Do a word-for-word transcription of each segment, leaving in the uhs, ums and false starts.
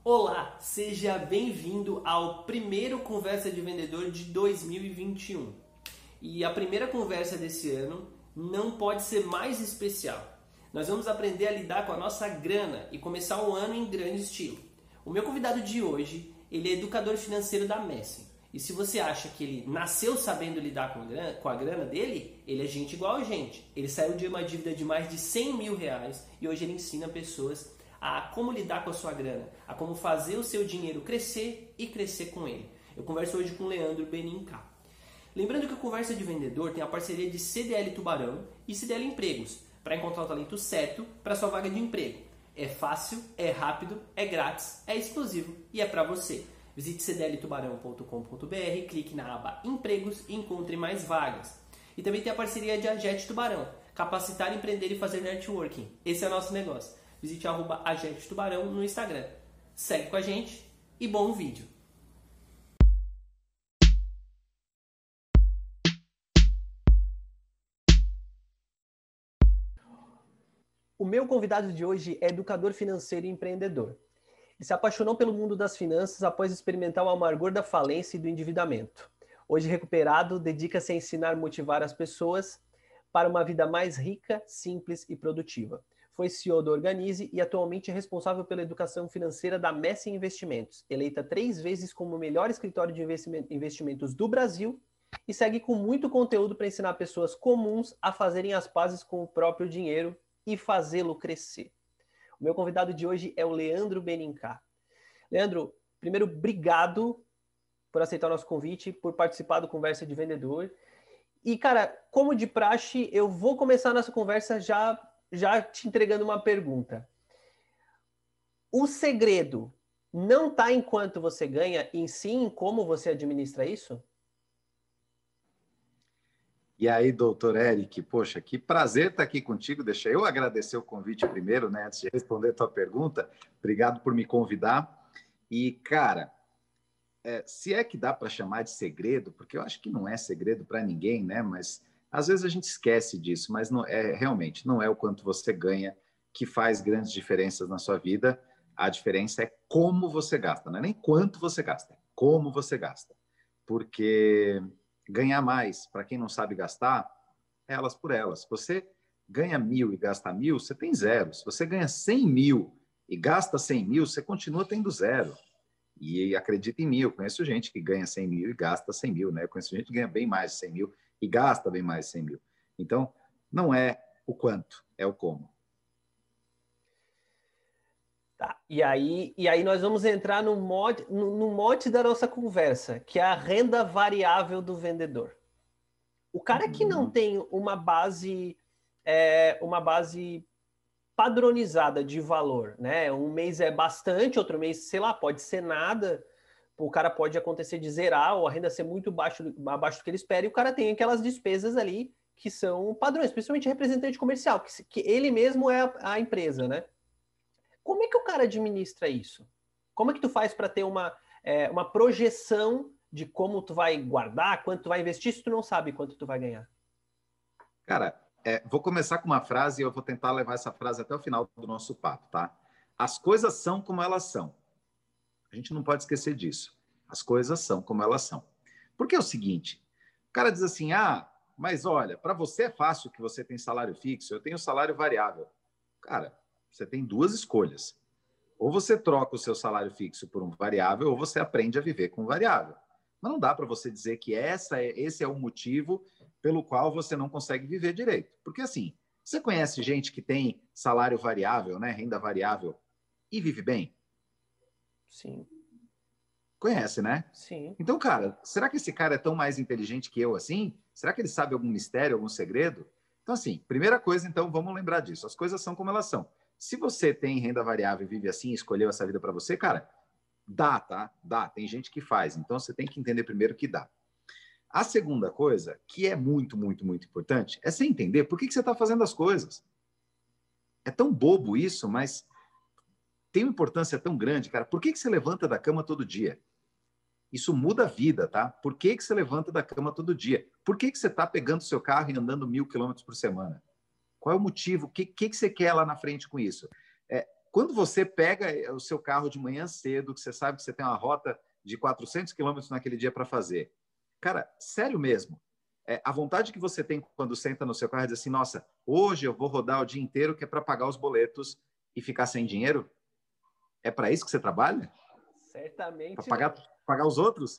Olá, seja bem-vindo ao primeiro Conversa de Vendedor de dois mil e vinte e um. E a primeira conversa desse ano não pode ser mais especial. Nós vamos aprender a lidar com a nossa grana e começar o ano em grande estilo. O meu convidado de hoje, ele é educador financeiro da Messing. E se você acha que ele nasceu sabendo lidar com a grana, com a grana dele, ele é gente igual a gente. Ele saiu de uma dívida de mais de cem mil reais e hoje ele ensina pessoas a como lidar com a sua grana, a como fazer o seu dinheiro crescer e crescer com ele. Eu converso hoje com o Leandro Beninca. Lembrando que a Conversa de Vendedor tem a parceria de C D L Tubarão e C D L Empregos, para encontrar o talento certo para sua vaga de emprego. É fácil, é rápido, é grátis, é exclusivo e é para você. Visite c d l tubarão ponto com ponto b r, clique na aba Empregos e encontre mais vagas. E também tem a parceria de Ajet Tubarão, capacitar, empreender e fazer networking. Esse é o nosso negócio. Visite arroba Ajet Tubarão no Instagram. Segue com a gente e bom vídeo. O meu convidado de hoje é educador financeiro e empreendedor. Ele se apaixonou pelo mundo das finanças após experimentar o amargor da falência e do endividamento. Hoje recuperado, dedica-se a ensinar e motivar as pessoas para uma vida mais rica, simples e produtiva. Foi C E O do Organize e atualmente é responsável pela educação financeira da Messing Investimentos, eleita três vezes como o melhor escritório de investimentos do Brasil e segue com muito conteúdo para ensinar pessoas comuns a fazerem as pazes com o próprio dinheiro e fazê-lo crescer. O meu convidado de hoje é o Leandro Beninca. Leandro, primeiro, obrigado por aceitar o nosso convite, por participar do Conversa de Vendedor. E, cara, como de praxe, eu vou começar a nossa conversa já, já te entregando uma pergunta. O segredo não está em quanto você ganha, em sim em como você administra isso? E aí, doutor Eric, poxa, que prazer estar aqui contigo. Deixa eu agradecer o convite primeiro, né, antes de responder a tua pergunta. Obrigado por me convidar. E, cara, é, se é que dá para chamar de segredo, porque eu acho que não é segredo para ninguém, né? Mas às vezes a gente esquece disso, mas não é realmente não é o quanto você ganha que faz grandes diferenças na sua vida. A diferença é como você gasta, não é nem quanto você gasta, é como você gasta. Porque ganhar mais, para quem não sabe gastar, é elas por elas. Se você ganha mil e gasta mil, você tem zero. Se você ganha cem mil e gasta cem mil, você continua tendo zero. E acredita em mim, eu conheço gente que ganha cem mil e gasta cem mil, né? Eu conheço gente que ganha bem mais de cem mil e gasta bem mais de cem mil. Então, não é o quanto, é o como. Tá. E aí, e aí nós vamos entrar no mote, no, no mote da nossa conversa, que é a renda variável do vendedor. O cara que não tem uma base, é, uma base padronizada de valor, né? Um mês é bastante, outro mês, sei lá, pode ser nada. O cara pode acontecer de zerar ou a renda ser muito baixo, abaixo do que ele espera, e o cara tem aquelas despesas ali que são padrões, principalmente representante comercial, que, que ele mesmo é a, a empresa, né? Como é que o cara administra isso? Como é que tu faz para ter uma, é, uma projeção de como tu vai guardar, quanto tu vai investir, se tu não sabe quanto tu vai ganhar? Cara, é, vou começar com uma frase e eu vou tentar levar essa frase até o final do nosso papo, tá? As coisas são como elas são. A gente não pode esquecer disso. As coisas são como elas são. Porque é o seguinte, o cara diz assim, ah, mas olha, para você é fácil que você tem salário fixo, eu tenho salário variável. Cara, você tem duas escolhas. Ou você troca o seu salário fixo por um variável, ou você aprende a viver com um variável. Mas não dá para você dizer que essa é, esse é o motivo pelo qual você não consegue viver direito. Porque assim, você conhece gente que tem salário variável, né, renda variável, e vive bem? Sim. Conhece, né? Sim. Então, cara, será que esse cara é tão mais inteligente que eu assim? Será que ele sabe algum mistério, algum segredo? Então, assim, primeira coisa, então, vamos lembrar disso. As coisas são como elas são. Se você tem renda variável e vive assim, escolheu essa vida para você, cara, dá, tá? Dá. Tem gente que faz. Então, você tem que entender primeiro que dá. A segunda coisa, que é muito, muito, muito importante, é você entender por que, que você está fazendo as coisas. É tão bobo isso, mas tem uma importância tão grande, cara. Por que, que você levanta da cama todo dia? Isso muda a vida, tá? Por que, que você levanta da cama todo dia? Por que, que você está pegando seu carro e andando mil quilômetros por semana? Qual é o motivo? O que, que, que você quer lá na frente com isso? É, Quando você pega o seu carro de manhã cedo, que você sabe que você tem uma rota de quatrocentos quilômetros naquele dia para fazer, cara, sério mesmo, é, a vontade que você tem quando senta no seu carro é dizer assim, nossa, hoje eu vou rodar o dia inteiro que é para pagar os boletos e ficar sem dinheiro? É para isso que você trabalha? Certamente Para pagar, não. pagar os outros?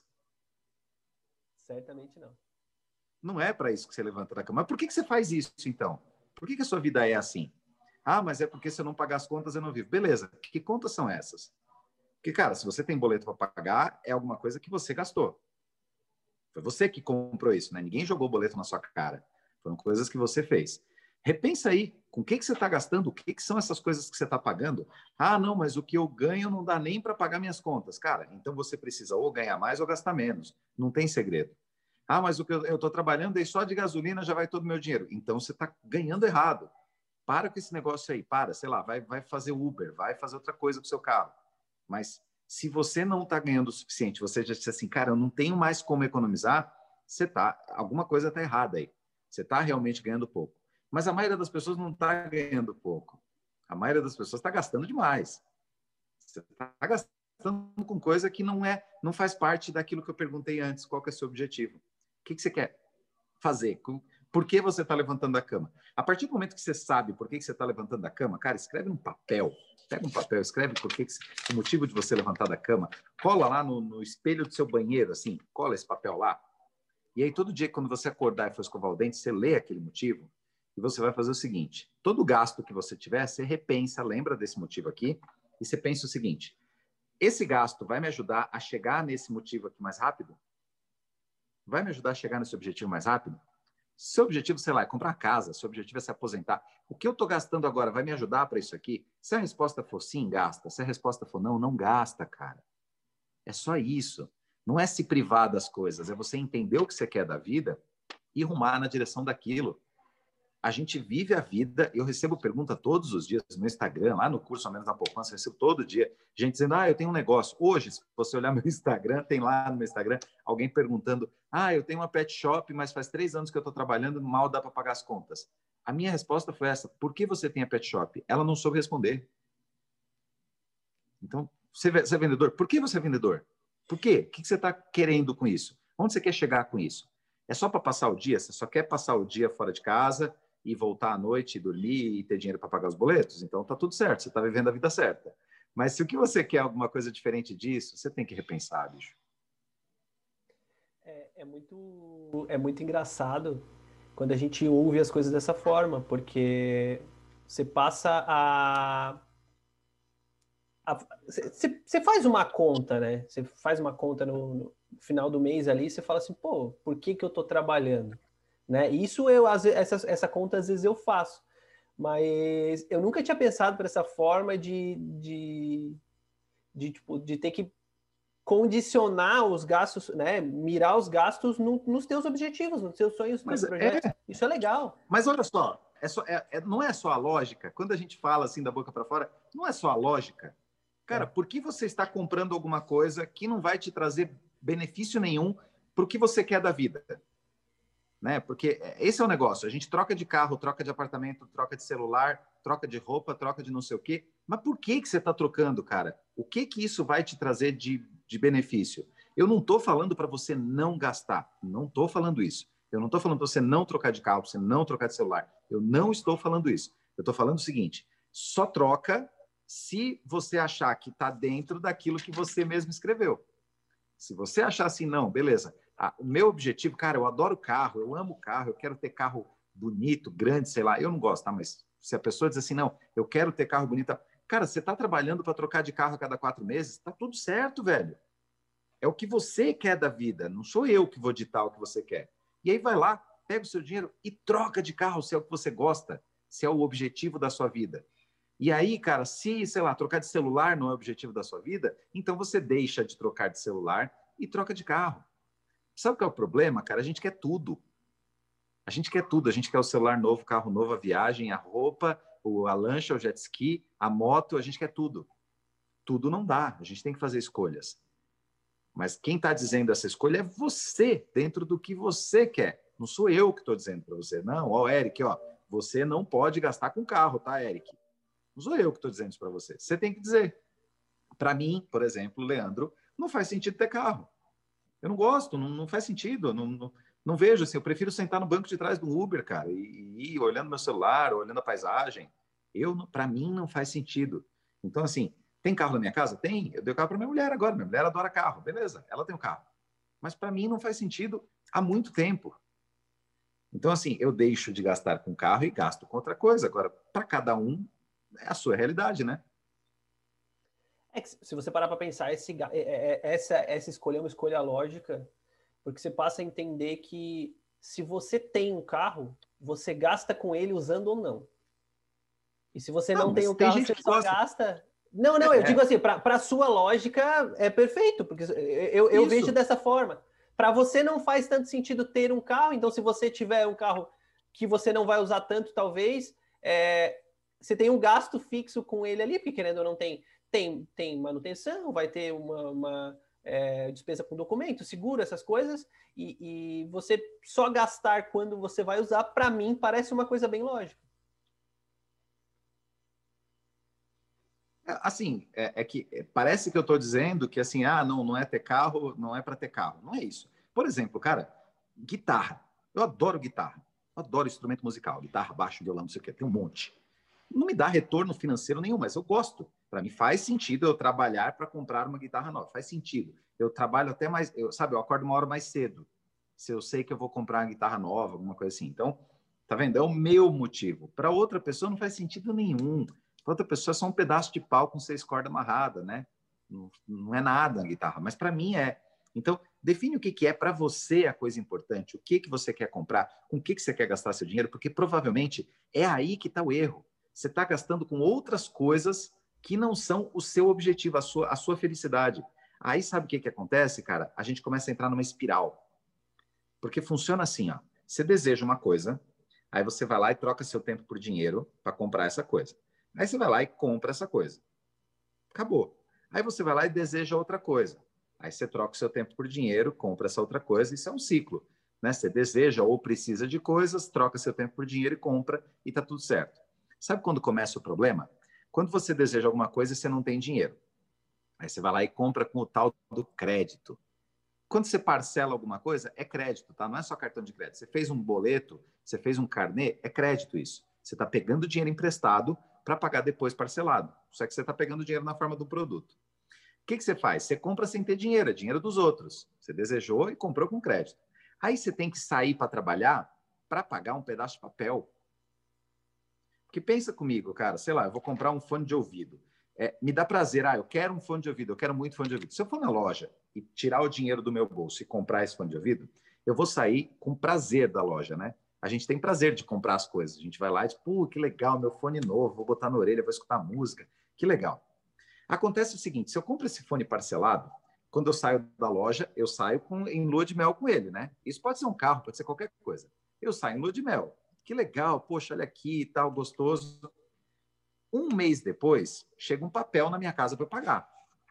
Certamente não. Não é para isso que você levanta da cama. Mas por que, que você faz isso, então? Por que, que a sua vida é assim? Ah, mas é porque se eu não pagar as contas, eu não vivo. Beleza, que contas são essas? Porque, cara, se você tem boleto para pagar, é alguma coisa que você gastou. Foi você que comprou isso, né? Ninguém jogou boleto na sua cara. Foram coisas que você fez. Repensa aí, com o que, que você está gastando? O que, que são essas coisas que você está pagando? Ah, não, mas o que eu ganho não dá nem para pagar minhas contas. Cara, então você precisa ou ganhar mais ou gastar menos. Não tem segredo. Ah, mas o que eu estou trabalhando aí só de gasolina já vai todo o meu dinheiro. Então você está ganhando errado. Para com esse negócio aí. Para, sei lá, vai, vai fazer Uber, vai fazer outra coisa com o seu carro. Mas se você não está ganhando o suficiente, você já disse assim, cara, eu não tenho mais como economizar, você tá, alguma coisa está errada aí. Você está realmente ganhando pouco. Mas a maioria das pessoas não está ganhando pouco. A maioria das pessoas está gastando demais. Você está gastando com coisa que não é, não faz parte daquilo que eu perguntei antes. Qual que é o seu objetivo? O que, que você quer fazer? Por que você está levantando da cama? A partir do momento que você sabe por que, que você está levantando da cama, cara, escreve num papel. Pega um papel, escreve por que, que o motivo de você levantar da cama. Cola lá no, no espelho do seu banheiro, assim, cola esse papel lá. E aí, todo dia, quando você acordar e for escovar o dente, você lê aquele motivo e você vai fazer o seguinte: todo gasto que você tiver, você repensa, lembra desse motivo aqui, e você pensa o seguinte: esse gasto vai me ajudar a chegar nesse motivo aqui mais rápido? Vai me ajudar a chegar nesse objetivo mais rápido? Seu objetivo, sei lá, é comprar casa, seu objetivo é se aposentar. O que eu estou gastando agora vai me ajudar para isso aqui? Se a resposta for sim, gasta. Se a resposta for não, não gasta, cara. É só isso. Não é se privar das coisas, é você entender o que você quer da vida e rumar na direção daquilo. A gente vive a vida, eu recebo pergunta todos os dias no Instagram, lá no curso A Menos na Poupança, eu recebo todo dia, gente dizendo, ah, eu tenho um negócio. Hoje, se você olhar meu Instagram, tem lá no meu Instagram alguém perguntando, ah, eu tenho uma pet shop, mas faz três anos que eu estou trabalhando, mal dá para pagar as contas. A minha resposta foi essa: por que você tem a pet shop? Ela não soube responder. Então, você é vendedor? Por que você é vendedor? Por quê? O que você está querendo com isso? Onde você quer chegar com isso? É só para passar o dia? Você só quer passar o dia fora de casa e voltar à noite, dormir e ter dinheiro para pagar os boletos? Então tá tudo certo, você está vivendo a vida certa. Mas se o que você quer é alguma coisa diferente disso, você tem que repensar, bicho. É, é muito, é muito engraçado quando a gente ouve as coisas dessa forma, porque você passa a... Você faz uma conta, né? Você faz uma conta no, no final do mês ali, você fala assim, pô, por que, que eu tô trabalhando? Né? Isso eu, essa, essa conta às vezes eu faço, mas eu nunca tinha pensado por essa forma de, de, de, tipo, de ter que condicionar os gastos, né? Mirar os gastos no, nos teus objetivos, nos teus sonhos, nos teus projetos. É, isso é legal. Mas olha só, é só é, é, não é só a lógica. Quando a gente fala assim da boca para fora, não é só a lógica. Cara, é. Por que você está comprando alguma coisa que não vai te trazer benefício nenhum para o que você quer da vida? Né? Porque esse é o negócio. A gente troca de carro, troca de apartamento, troca de celular, troca de roupa, troca de não sei o quê. Mas por que, que você está trocando, cara? O que, que isso vai te trazer de, de benefício? Eu não estou falando para você não gastar. Não estou falando isso. Eu não estou falando para você não trocar de carro, para você não trocar de celular. Eu não estou falando isso. Eu estou falando o seguinte: só troca se você achar que está dentro daquilo que você mesmo escreveu. Se você achar assim, não, beleza. Ah, o meu objetivo, cara, eu adoro carro, eu amo carro, eu quero ter carro bonito, grande, sei lá. Eu não gosto, tá? Mas se a pessoa diz assim, não, eu quero ter carro bonito. Cara, você está trabalhando para trocar de carro a cada quatro meses? Tá tudo certo, velho. É o que você quer da vida. Não sou eu que vou ditar o que você quer. E aí vai lá, pega o seu dinheiro e troca de carro se é o que você gosta, se é o objetivo da sua vida. E aí, cara, se, sei lá, trocar de celular não é o objetivo da sua vida, então você deixa de trocar de celular e troca de carro. Sabe o que é o problema, cara? A gente quer tudo. A gente quer tudo. A gente quer o celular novo, o carro novo, a viagem, a roupa, a lancha, o jet ski, a moto. A gente quer tudo. Tudo não dá. A gente tem que fazer escolhas. Mas quem está dizendo essa escolha é você, dentro do que você quer. Não sou eu que estou dizendo para você. Não, ó, Eric, ó, você não pode gastar com carro, tá, Eric? Não sou eu que estou dizendo isso para você. Você tem que dizer. Para mim, por exemplo, Leandro, não faz sentido ter carro. Eu não gosto, não, não faz sentido. Não, não, não vejo assim. Eu prefiro sentar no banco de trás do Uber, cara, e, e ir olhando meu celular, olhando a paisagem. Eu, para mim, não faz sentido. Então, assim, tem carro na minha casa? Tem. Eu dei o carro para minha mulher agora. Minha mulher adora carro. Beleza, ela tem um carro. Mas para mim não faz sentido há muito tempo. Então, assim, eu deixo de gastar com carro e gasto com outra coisa. Agora, para cada um, é a sua realidade, né? É que se você parar para pensar, esse, essa, essa escolha é uma escolha lógica, porque você passa a entender que se você tem um carro, você gasta com ele usando ou não. E se você não, não tem o um carro, você só gosta. gasta... Não, não, é, eu digo assim, para a sua lógica é perfeito, porque eu, eu vejo dessa forma. Para você não faz tanto sentido ter um carro, então se você tiver um carro que você não vai usar tanto, talvez, é, você tem um gasto fixo com ele ali, porque querendo ou não tem, tem, tem manutenção, vai ter uma, uma é, despesa com documento, seguro, essas coisas, e, e você só gastar quando você vai usar, para mim, parece uma coisa bem lógica. Assim, é, é que parece que eu estou dizendo que assim, ah, não, não é ter carro, não é para ter carro. Não é isso. Por exemplo, cara, guitarra. Eu adoro guitarra. Eu adoro instrumento musical. Guitarra, baixo, violão, não sei o quê. Tem um monte. Não me dá retorno financeiro nenhum, mas eu gosto. Para mim faz sentido eu trabalhar para comprar uma guitarra nova. Faz sentido. Eu trabalho até mais, eu, sabe, eu acordo uma hora mais cedo. Se eu sei que eu vou comprar uma guitarra nova, alguma coisa assim. Então, tá vendo? É o meu motivo. Para outra pessoa não faz sentido nenhum. Para outra pessoa é só um pedaço de pau com seis cordas amarradas, né? Não, não é nada a guitarra, mas para mim é. Então, define o que, que é para você a coisa importante, o que, que você quer comprar, com o que, que você quer gastar seu dinheiro, porque provavelmente é aí que está o erro. Você está gastando com outras coisas que não são o seu objetivo, a sua, a sua felicidade. Aí sabe o que, que acontece, cara? A gente começa a entrar numa espiral. Porque funciona assim, ó. Você deseja uma coisa, aí você vai lá e troca seu tempo por dinheiro para comprar essa coisa. Aí você vai lá e compra essa coisa. Acabou. Aí você vai lá e deseja outra coisa. Aí você troca o seu tempo por dinheiro, compra essa outra coisa. Isso é um ciclo, né? Você deseja ou precisa de coisas, troca seu tempo por dinheiro e compra e tá tudo certo. Sabe quando começa o problema? Quando você deseja alguma coisa e você não tem dinheiro. Aí você vai lá e compra com o tal do crédito. Quando você parcela alguma coisa, é crédito, tá? Não é só cartão de crédito. Você fez um boleto, você fez um carnê, é crédito isso. Você está pegando dinheiro emprestado para pagar depois parcelado. Só que você está pegando dinheiro na forma do produto. O que, que você faz? Você compra sem ter dinheiro, é dinheiro dos outros. Você desejou e comprou com crédito. Aí você tem que sair para trabalhar para pagar um pedaço de papel. Porque pensa comigo, cara, sei lá, eu vou comprar um fone de ouvido. É, me dá prazer, ah, eu quero um fone de ouvido, eu quero muito fone de ouvido. Se eu for na loja e tirar o dinheiro do meu bolso e comprar esse fone de ouvido, eu vou sair com prazer da loja, né? A gente tem prazer de comprar as coisas. A gente vai lá e diz, pô, que legal, meu fone novo, vou botar na orelha, vou escutar música. Que legal. Acontece o seguinte, se eu compro esse fone parcelado, quando eu saio da loja, eu saio com, em lua de mel com ele, né? Isso pode ser um carro, pode ser qualquer coisa. Eu saio em lua de mel. Que legal, poxa, olha aqui e tal, gostoso. Um mês depois, chega um papel na minha casa para eu pagar.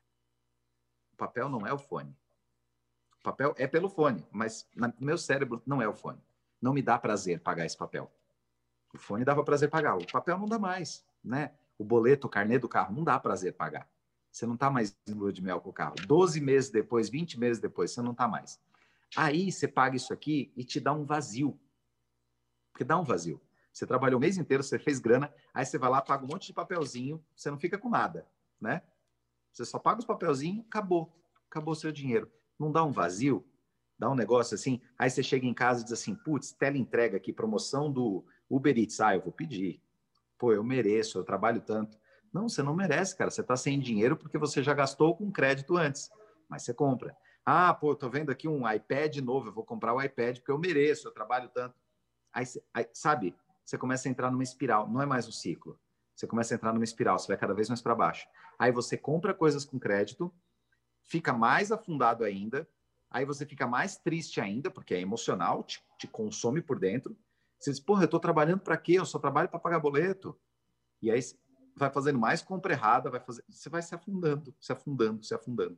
O papel não é o fone. O papel é pelo fone, mas no meu cérebro não é o fone. Não me dá prazer pagar esse papel. O fone dava prazer pagar, o papel não dá mais, né? O boleto, o carnê do carro, não dá prazer pagar. Você não está mais em lua de mel com o carro. doze meses depois, vinte meses depois, você não está mais. Aí você paga isso aqui e te dá um vazio. Porque dá um vazio. Você trabalhou o mês inteiro, você fez grana, aí você vai lá, paga um monte de papelzinho, você não fica com nada, né? Você só paga os papelzinhos, acabou. Acabou o seu dinheiro. Não dá um vazio? Dá um negócio assim, aí você chega em casa e diz assim, putz, tela entrega aqui, promoção do Uber Eats. Ah, eu vou pedir. Pô, eu mereço, eu trabalho tanto. Não, você não merece, cara. Você está sem dinheiro porque você já gastou com crédito antes. Mas você compra. Ah, pô, eu tô vendo aqui um iPad novo, eu vou comprar o iPad porque eu mereço, eu trabalho tanto. Aí, aí, sabe, você começa a entrar numa espiral. Não é mais um ciclo. Você começa a entrar numa espiral, você vai cada vez mais para baixo. Aí você compra coisas com crédito, fica mais afundado ainda, aí você fica mais triste ainda, porque é emocional, te, te consome por dentro. Você diz, porra, eu tô trabalhando para quê? Eu só trabalho para pagar boleto. E aí vai fazendo mais compra errada, vai fazer... você vai se afundando, se afundando, se afundando.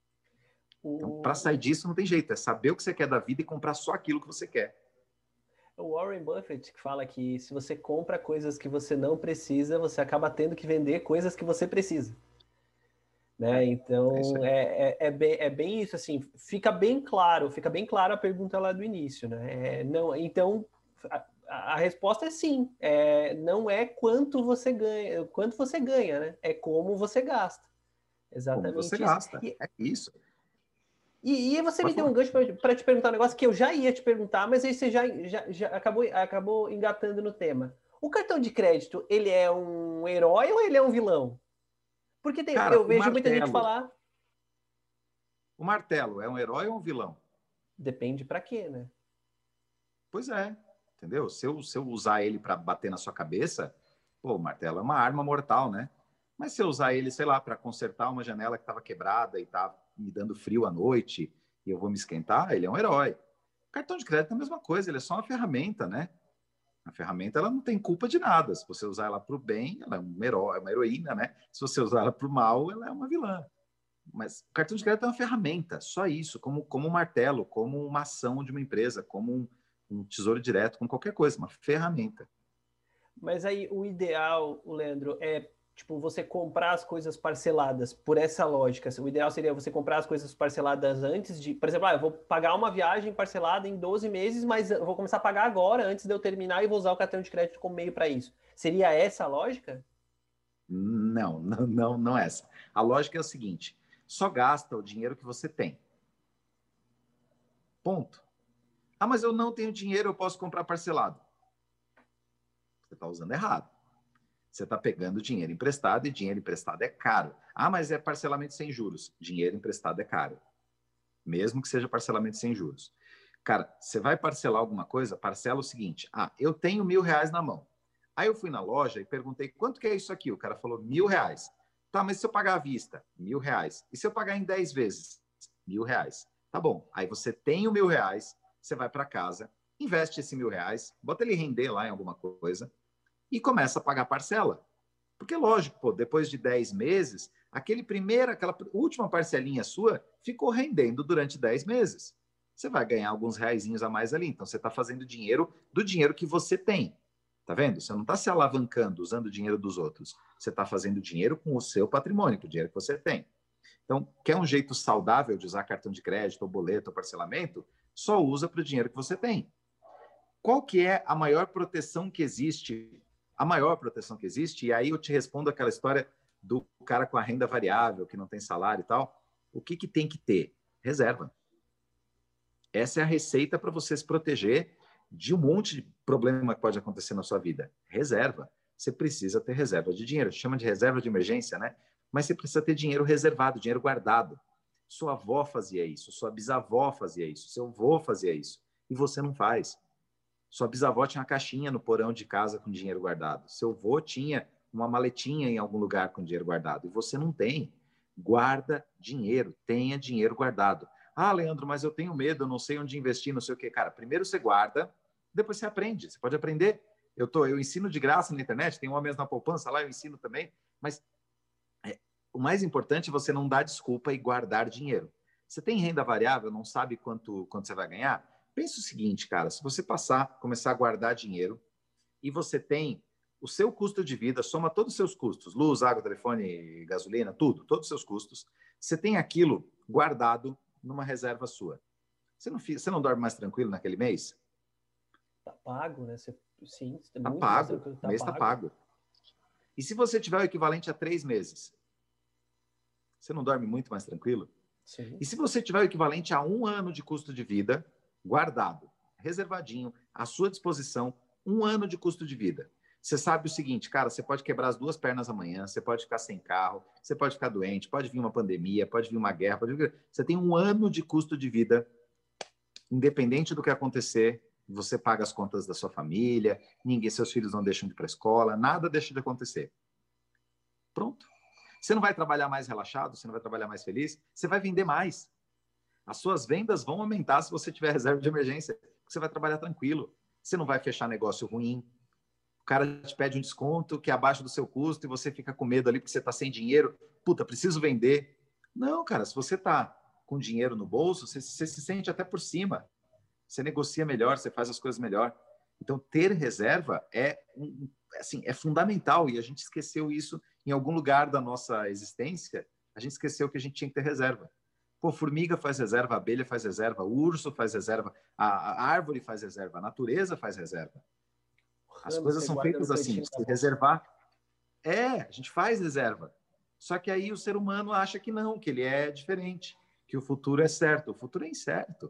Então, para sair disso, não tem jeito. É saber o que você quer da vida e comprar só aquilo que você quer. O Warren Buffett que fala que se você compra coisas que você não precisa, você acaba tendo que vender coisas que você precisa. Né? É, é isso Então, aí. é, é, é, bem, é bem isso, assim, fica bem claro, fica bem claro a pergunta lá do início, né? É, não, então, a, a resposta é sim, é, não é quanto você ganha, quanto você ganha, né? É como você gasta. Como você Exatamente isso. gasta. E, É isso. e, e você me Pode deu um falar. gancho para te perguntar um negócio que eu já ia te perguntar, mas aí você já, já, já acabou, acabou engatando no tema. O cartão de crédito, ele é um herói ou ele é um vilão? Porque tem, Cara, eu o vejo muita gente martelo. falar, O martelo é um herói ou um vilão? depende para quê, né? Pois é, entendeu? Se eu, se eu usar ele para bater na sua cabeça, pô, o martelo é uma arma mortal, né? Mas se eu usar ele, sei lá, para consertar uma janela que estava quebrada e tá me dando frio à noite e eu vou me esquentar, ele é um herói. O cartão de crédito é a mesma coisa, ele é só uma ferramenta, né? A ferramenta ela não tem culpa de nada. Se você usar ela para o bem, ela é um herói, é uma heroína, né? Se você usar ela para o mal, ela é uma vilã. Mas o cartão de crédito é uma ferramenta, só isso, como, como um martelo, como uma ação de uma empresa, como um, um tesouro direto, como qualquer coisa, uma ferramenta. Mas aí o ideal, o Leandro, é tipo você comprar as coisas parceladas por essa lógica. O ideal seria você comprar as coisas parceladas antes de, por exemplo, ah, eu vou pagar uma viagem parcelada em doze meses, mas eu vou começar a pagar agora, antes de eu terminar, e vou usar o cartão de crédito como meio para isso. Seria essa a lógica? Não, não, não, não é essa. A lógica é o seguinte: só gasta o dinheiro que você tem. Ponto. Ah, mas eu não tenho dinheiro, eu posso comprar parcelado. Você está usando errado. Você está pegando dinheiro emprestado e dinheiro emprestado é caro. Ah, mas é parcelamento sem juros. Dinheiro emprestado é caro. Mesmo que seja parcelamento sem juros. Cara, você vai parcelar alguma coisa, parcela o seguinte: ah, eu tenho mil reais na mão. Aí eu fui na loja e perguntei quanto que é isso aqui. O cara falou mil reais. Tá, mas se eu pagar à vista, mil reais. E se eu pagar em dez vezes, mil reais. Tá bom. Aí você tem o mil reais, você vai para casa, investe esse mil reais, bota ele render lá em alguma coisa e começa a pagar parcela. Porque, lógico, pô, depois de dez meses, aquele primeiro, aquela última parcelinha sua ficou rendendo durante dez meses. Você vai ganhar alguns reaisinhos a mais ali. Então, você está fazendo dinheiro do dinheiro que você tem. Tá vendo? Você não está se alavancando usando o dinheiro dos outros. Você está fazendo dinheiro com o seu patrimônio, com o dinheiro que você tem. Então, quer um jeito saudável de usar cartão de crédito, ou boleto, ou parcelamento? Só usa para o dinheiro que você tem. Qual que é a maior proteção que existe? A maior proteção que existe, e aí eu te respondo aquela história do cara com a renda variável, que não tem salário e tal. O que, que tem que ter? Reserva. Essa é a receita para você se proteger de um monte de problema que pode acontecer na sua vida. Reserva. Você precisa ter reserva de dinheiro. Chama de reserva de emergência, né? Mas você precisa ter dinheiro reservado, dinheiro guardado. Sua avó fazia isso, sua bisavó fazia isso, seu avô fazia isso. E você não faz. Sua bisavó tinha uma caixinha no porão de casa com dinheiro guardado. Seu avô tinha uma maletinha em algum lugar com dinheiro guardado. E você não tem. Guarda dinheiro. Tenha dinheiro guardado. Ah, Leandro, mas eu tenho medo, eu não sei onde investir, não sei o quê. Cara, primeiro você guarda, depois você aprende. Você pode aprender. Eu, tô, eu ensino de graça na internet, tem uma mesa na poupança lá, eu ensino também. Mas é, o mais importante é você não dar desculpa e guardar dinheiro. Você tem renda variável, não sabe quanto, quanto você vai ganhar? Pensa o seguinte, cara, se você passar, começar a guardar dinheiro e você tem o seu custo de vida, soma todos os seus custos, luz, água, telefone, gasolina, tudo, todos os seus custos, você tem aquilo guardado numa reserva sua. Você não, você não dorme mais tranquilo naquele mês? Tá pago, né? Você, sim, é Tá muito mais pago, tranquilo, o tá mês tá pago. pago. E se você tiver o equivalente a três meses? Você não dorme muito mais tranquilo? Sim. E se você tiver o equivalente a um ano de custo de vida guardado, reservadinho, à sua disposição, um ano de custo de vida. Você sabe o seguinte, cara, você pode quebrar as duas pernas amanhã, você pode ficar sem carro, você pode ficar doente, pode vir uma pandemia, pode vir uma guerra, pode vir... Você tem um ano de custo de vida, independente do que acontecer, você paga as contas da sua família, ninguém, seus filhos não deixam de ir para a escola, nada deixa de acontecer. Pronto. Você não vai trabalhar mais relaxado, você não vai trabalhar mais feliz, você vai vender mais. As suas vendas vão aumentar se você tiver reserva de emergência. Você vai trabalhar tranquilo. Você não vai fechar negócio ruim. O cara te pede um desconto que é abaixo do seu custo e você fica com medo ali porque você está sem dinheiro. Puta, preciso vender. Não, cara, se você está com dinheiro no bolso, você, você se sente até por cima. Você negocia melhor, você faz as coisas melhor. Então, ter reserva é, um, assim, é fundamental e a gente esqueceu isso em algum lugar da nossa existência. A gente esqueceu que a gente tinha que ter reserva. Pô, formiga faz reserva, a abelha faz reserva, o urso faz reserva, a, a árvore faz reserva, a natureza faz reserva. As coisas são feitas assim, se reservar. É, a gente faz reserva. Só que aí o ser humano acha que não, que ele é diferente, que o futuro é certo. O futuro é incerto.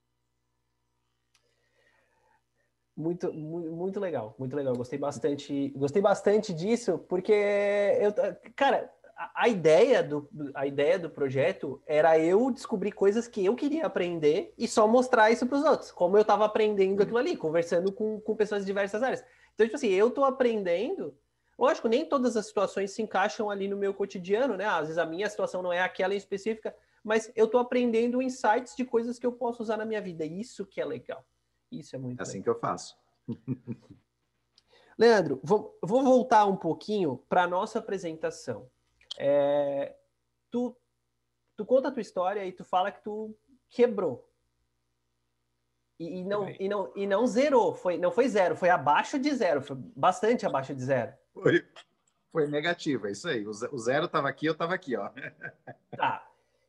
Muito, muito, muito legal, muito legal. Gostei bastante, gostei bastante disso, porque eu, cara, a, a ideia do, a ideia do projeto era eu descobrir coisas que eu queria aprender e só mostrar isso para os outros, como eu estava aprendendo aquilo ali, conversando com, com pessoas de diversas áreas. Então, tipo assim, eu estou aprendendo. Lógico, nem todas as situações se encaixam ali no meu cotidiano, né? Às vezes a minha situação não é aquela em específica, mas eu estou aprendendo insights de coisas que eu posso usar na minha vida. Isso que é legal. Isso é muito É assim legal. que eu faço. Leandro, vou, vou voltar um pouquinho para a nossa apresentação. É, tu, tu conta a tua história e tu fala que tu quebrou. E, e, não, e, não, e não zerou, foi, não foi zero, foi abaixo de zero, foi bastante abaixo de zero. Foi, foi negativo, é isso aí. O zero estava aqui, eu estava aqui, ó. Tá.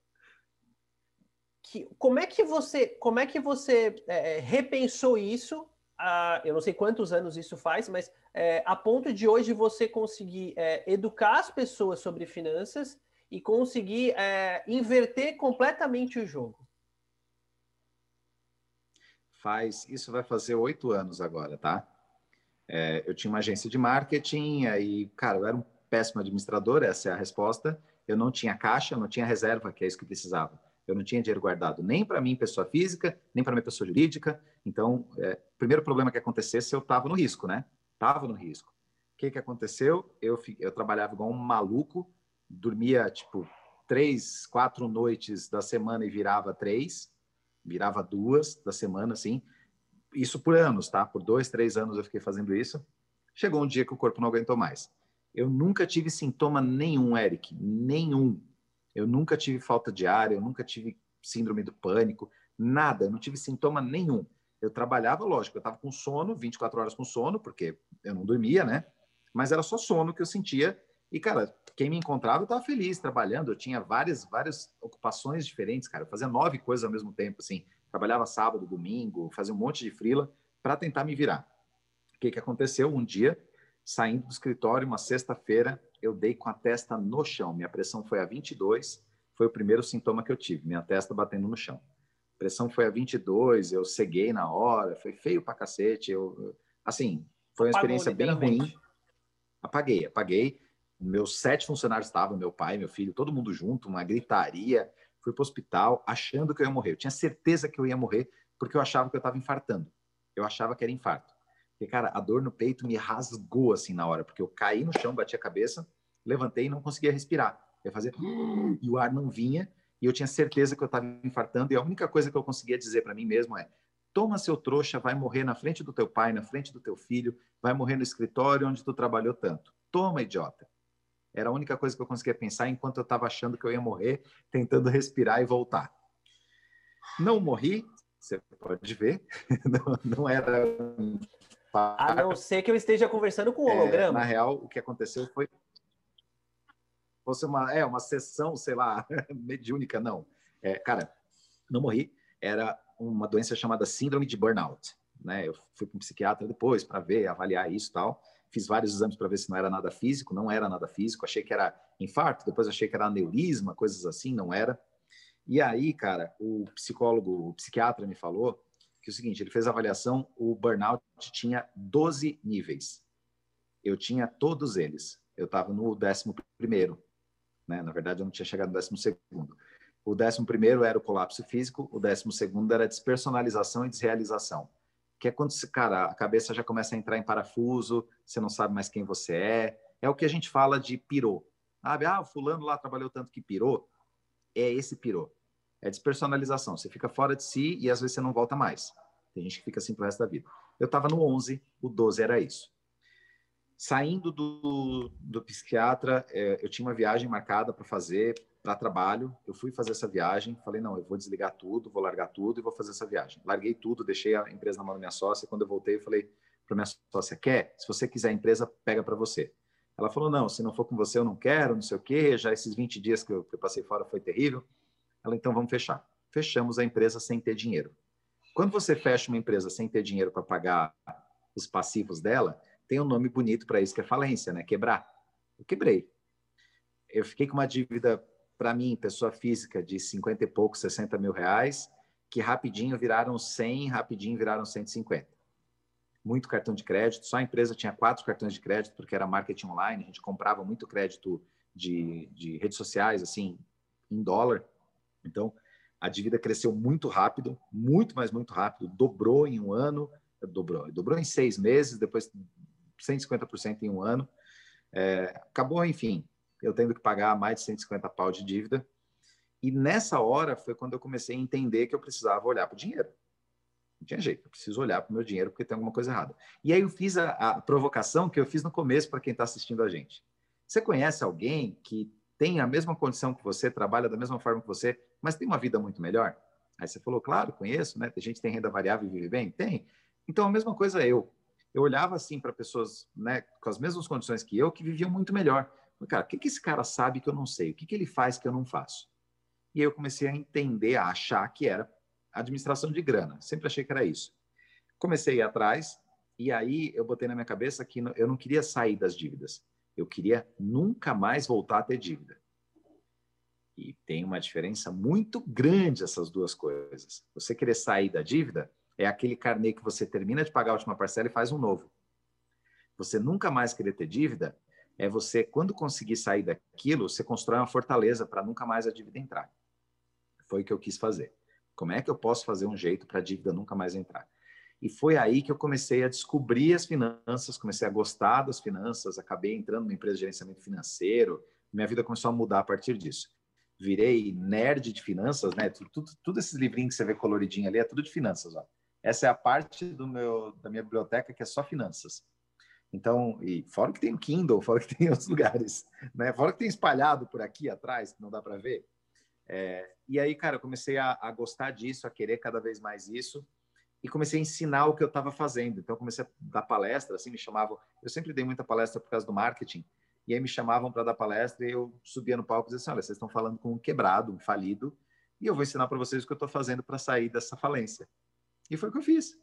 Que, como é que você, como é que você é, repensou isso? Ah, eu não sei quantos anos isso faz, mas é, a ponto de hoje você conseguir é, educar as pessoas sobre finanças e conseguir é, inverter completamente o jogo. Faz, isso vai fazer oito anos agora, tá? É, eu tinha uma agência de marketing, aí, cara, eu era um péssimo administrador, essa é a resposta. Eu não tinha caixa, não tinha reserva, que é isso que precisava. Eu não tinha dinheiro guardado nem para mim, pessoa física, nem para minha pessoa jurídica. Então, é, o primeiro problema que acontecesse, eu estava no risco, né? Estava no risco. O que, que aconteceu? Eu, eu trabalhava igual um maluco, dormia, tipo, três, quatro noites da semana e virava três, virava duas da semana, assim. Isso por anos, tá? Por dois, três anos eu fiquei fazendo isso. Chegou um dia que o corpo não aguentou mais. Eu nunca tive sintoma nenhum, Eric, nenhum. Eu nunca tive falta de ar, eu nunca tive síndrome do pânico, nada, eu não tive sintoma nenhum. Eu trabalhava, lógico, eu estava com sono, vinte e quatro horas com sono, porque eu não dormia, né? Mas era só sono que eu sentia. E, cara, quem me encontrava, eu estava feliz trabalhando. Eu tinha várias, várias ocupações diferentes, cara. Eu fazia nove coisas ao mesmo tempo, assim. Trabalhava sábado, domingo, fazia um monte de freela para tentar me virar. O que, que aconteceu? Um dia, saindo do escritório, uma sexta-feira, eu dei com a testa no chão. Minha pressão foi a vinte e dois, foi o primeiro sintoma que eu tive, minha testa batendo no chão. A pressão foi a vinte e dois, eu ceguei na hora, foi feio pra cacete. Eu, assim, foi uma Apagou, experiência bem literalmente. ruim. Apaguei, apaguei. Meus sete funcionários estavam, meu pai, meu filho, todo mundo junto, uma gritaria. Fui para o hospital achando que eu ia morrer. Eu tinha certeza que eu ia morrer porque eu achava que eu estava infartando. Eu achava que era infarto. Porque, cara, a dor no peito me rasgou assim na hora, porque eu caí no chão, bati a cabeça, levantei e não conseguia respirar. Eu fazia e o ar não vinha, e eu tinha certeza que eu estava infartando, e a única coisa que eu conseguia dizer para mim mesmo é: toma, seu trouxa, vai morrer na frente do teu pai, na frente do teu filho, vai morrer no escritório onde tu trabalhou tanto. Toma, idiota. Era a única coisa que eu conseguia pensar enquanto eu estava achando que eu ia morrer, tentando respirar e voltar. Não morri, você pode ver, não, não era... A não ser que eu esteja conversando com um holograma. É, na real, o que aconteceu foi... Fosse uma, é, uma sessão, sei lá, mediúnica, não. É, cara, não morri, era uma doença chamada síndrome de burnout. Né? Eu fui para um psiquiatra depois para ver, avaliar isso e tal. Fiz vários exames para ver se não era nada físico, não era nada físico. Achei que era infarto, depois achei que era aneurisma, coisas assim, não era. E aí, cara, o psicólogo, o psiquiatra me falou que é o seguinte, ele fez a avaliação, o burnout tinha doze níveis. Eu tinha todos eles. Eu estava no décimo primeiro. Né? Na verdade, eu não tinha chegado no décimo segundo. O décimo primeiro era o colapso físico, o décimo segundo era a despersonalização e desrealização. Que é quando, cara, a cabeça já começa a entrar em parafuso, você não sabe mais quem você é. É o que a gente fala de pirou. Sabe? Ah, o fulano lá trabalhou tanto que pirou. É esse pirou. É despersonalização. Você fica fora de si e às vezes você não volta mais. Tem gente que fica assim pro resto da vida. Eu estava no onze, o doze era isso. Saindo do, do psiquiatra, é, eu tinha uma viagem marcada para fazer para trabalho. Eu fui fazer essa viagem, falei, não, eu vou desligar tudo, vou largar tudo e vou fazer essa viagem. Larguei tudo, deixei a empresa na mão da minha sócia. Quando eu voltei, eu falei, para minha sócia, quer? Se você quiser a empresa, pega para você. Ela falou, não, se não for com você, eu não quero, não sei o quê, já esses vinte dias que eu, que eu passei fora foi terrível. Ela, então, vamos fechar. Fechamos a empresa sem ter dinheiro. Quando você fecha uma empresa sem ter dinheiro para pagar os passivos dela, tem um nome bonito para isso, que é falência, né? Quebrar. Eu quebrei. Eu fiquei com uma dívida, para mim, pessoa física, de cinquenta e poucos, sessenta mil reais, que rapidinho viraram cem, rapidinho viraram cento e cinquenta. Muito cartão de crédito, só a empresa tinha quatro cartões de crédito, porque era marketing online, a gente comprava muito crédito de, de redes sociais, assim, em dólar. Então, a dívida cresceu muito rápido, muito, mas muito rápido, dobrou em um ano, dobrou, dobrou em seis meses, depois cento e cinquenta por cento em um ano. É, acabou, enfim, eu tendo que pagar mais de cento e cinquenta pau de dívida. E nessa hora foi quando eu comecei a entender que eu precisava olhar para o dinheiro. Não tinha jeito, eu preciso olhar para o meu dinheiro porque tem alguma coisa errada. E aí eu fiz a, a provocação que eu fiz no começo para quem está assistindo a gente. Você conhece alguém que tem a mesma condição que você, trabalha da mesma forma que você, mas tem uma vida muito melhor? Aí você falou, claro, conheço, né? Tem gente que tem renda variável e vive bem? Tem. Então, a mesma coisa eu. Eu olhava assim para pessoas, né, com as mesmas condições que eu, que viviam muito melhor. Cara, o que, que esse cara sabe que eu não sei? O que, que ele faz que eu não faço? E aí eu comecei a entender, a achar que era administração de grana. Sempre achei que era isso. Comecei a ir atrás, e aí eu botei na minha cabeça que eu não queria sair das dívidas. Eu queria nunca mais voltar a ter dívida. E tem uma diferença muito grande essas duas coisas. Você querer sair da dívida é aquele carnê que você termina de pagar a última parcela e faz um novo. Você nunca mais querer ter dívida é você, quando conseguir sair daquilo, você constrói uma fortaleza para nunca mais a dívida entrar. Foi o que eu quis fazer. Como é que eu posso fazer um jeito para a dívida nunca mais entrar? E foi aí que eu comecei a descobrir as finanças, comecei a gostar das finanças, acabei entrando numa empresa de gerenciamento financeiro, minha vida começou a mudar a partir disso. Virei nerd de finanças, né? Tudo, tudo, tudo esses livrinhos que você vê coloridinho ali é tudo de finanças, ó. Essa é a parte do meu, da minha biblioteca que é só finanças. Então, e fora que tem o Kindle, fora que tem outros lugares, né? Fora que tem espalhado por aqui atrás, que não dá para ver. É, e aí, cara, eu comecei a, a gostar disso, a querer cada vez mais isso, e comecei a ensinar o que eu estava fazendo. Então, eu comecei a dar palestra, assim, me chamavam... Eu sempre dei muita palestra por causa do marketing, e aí me chamavam para dar palestra, e eu subia no palco e dizia assim, olha, vocês estão falando com um quebrado, um falido, e eu vou ensinar para vocês o que eu estou fazendo para sair dessa falência. E foi o que eu fiz.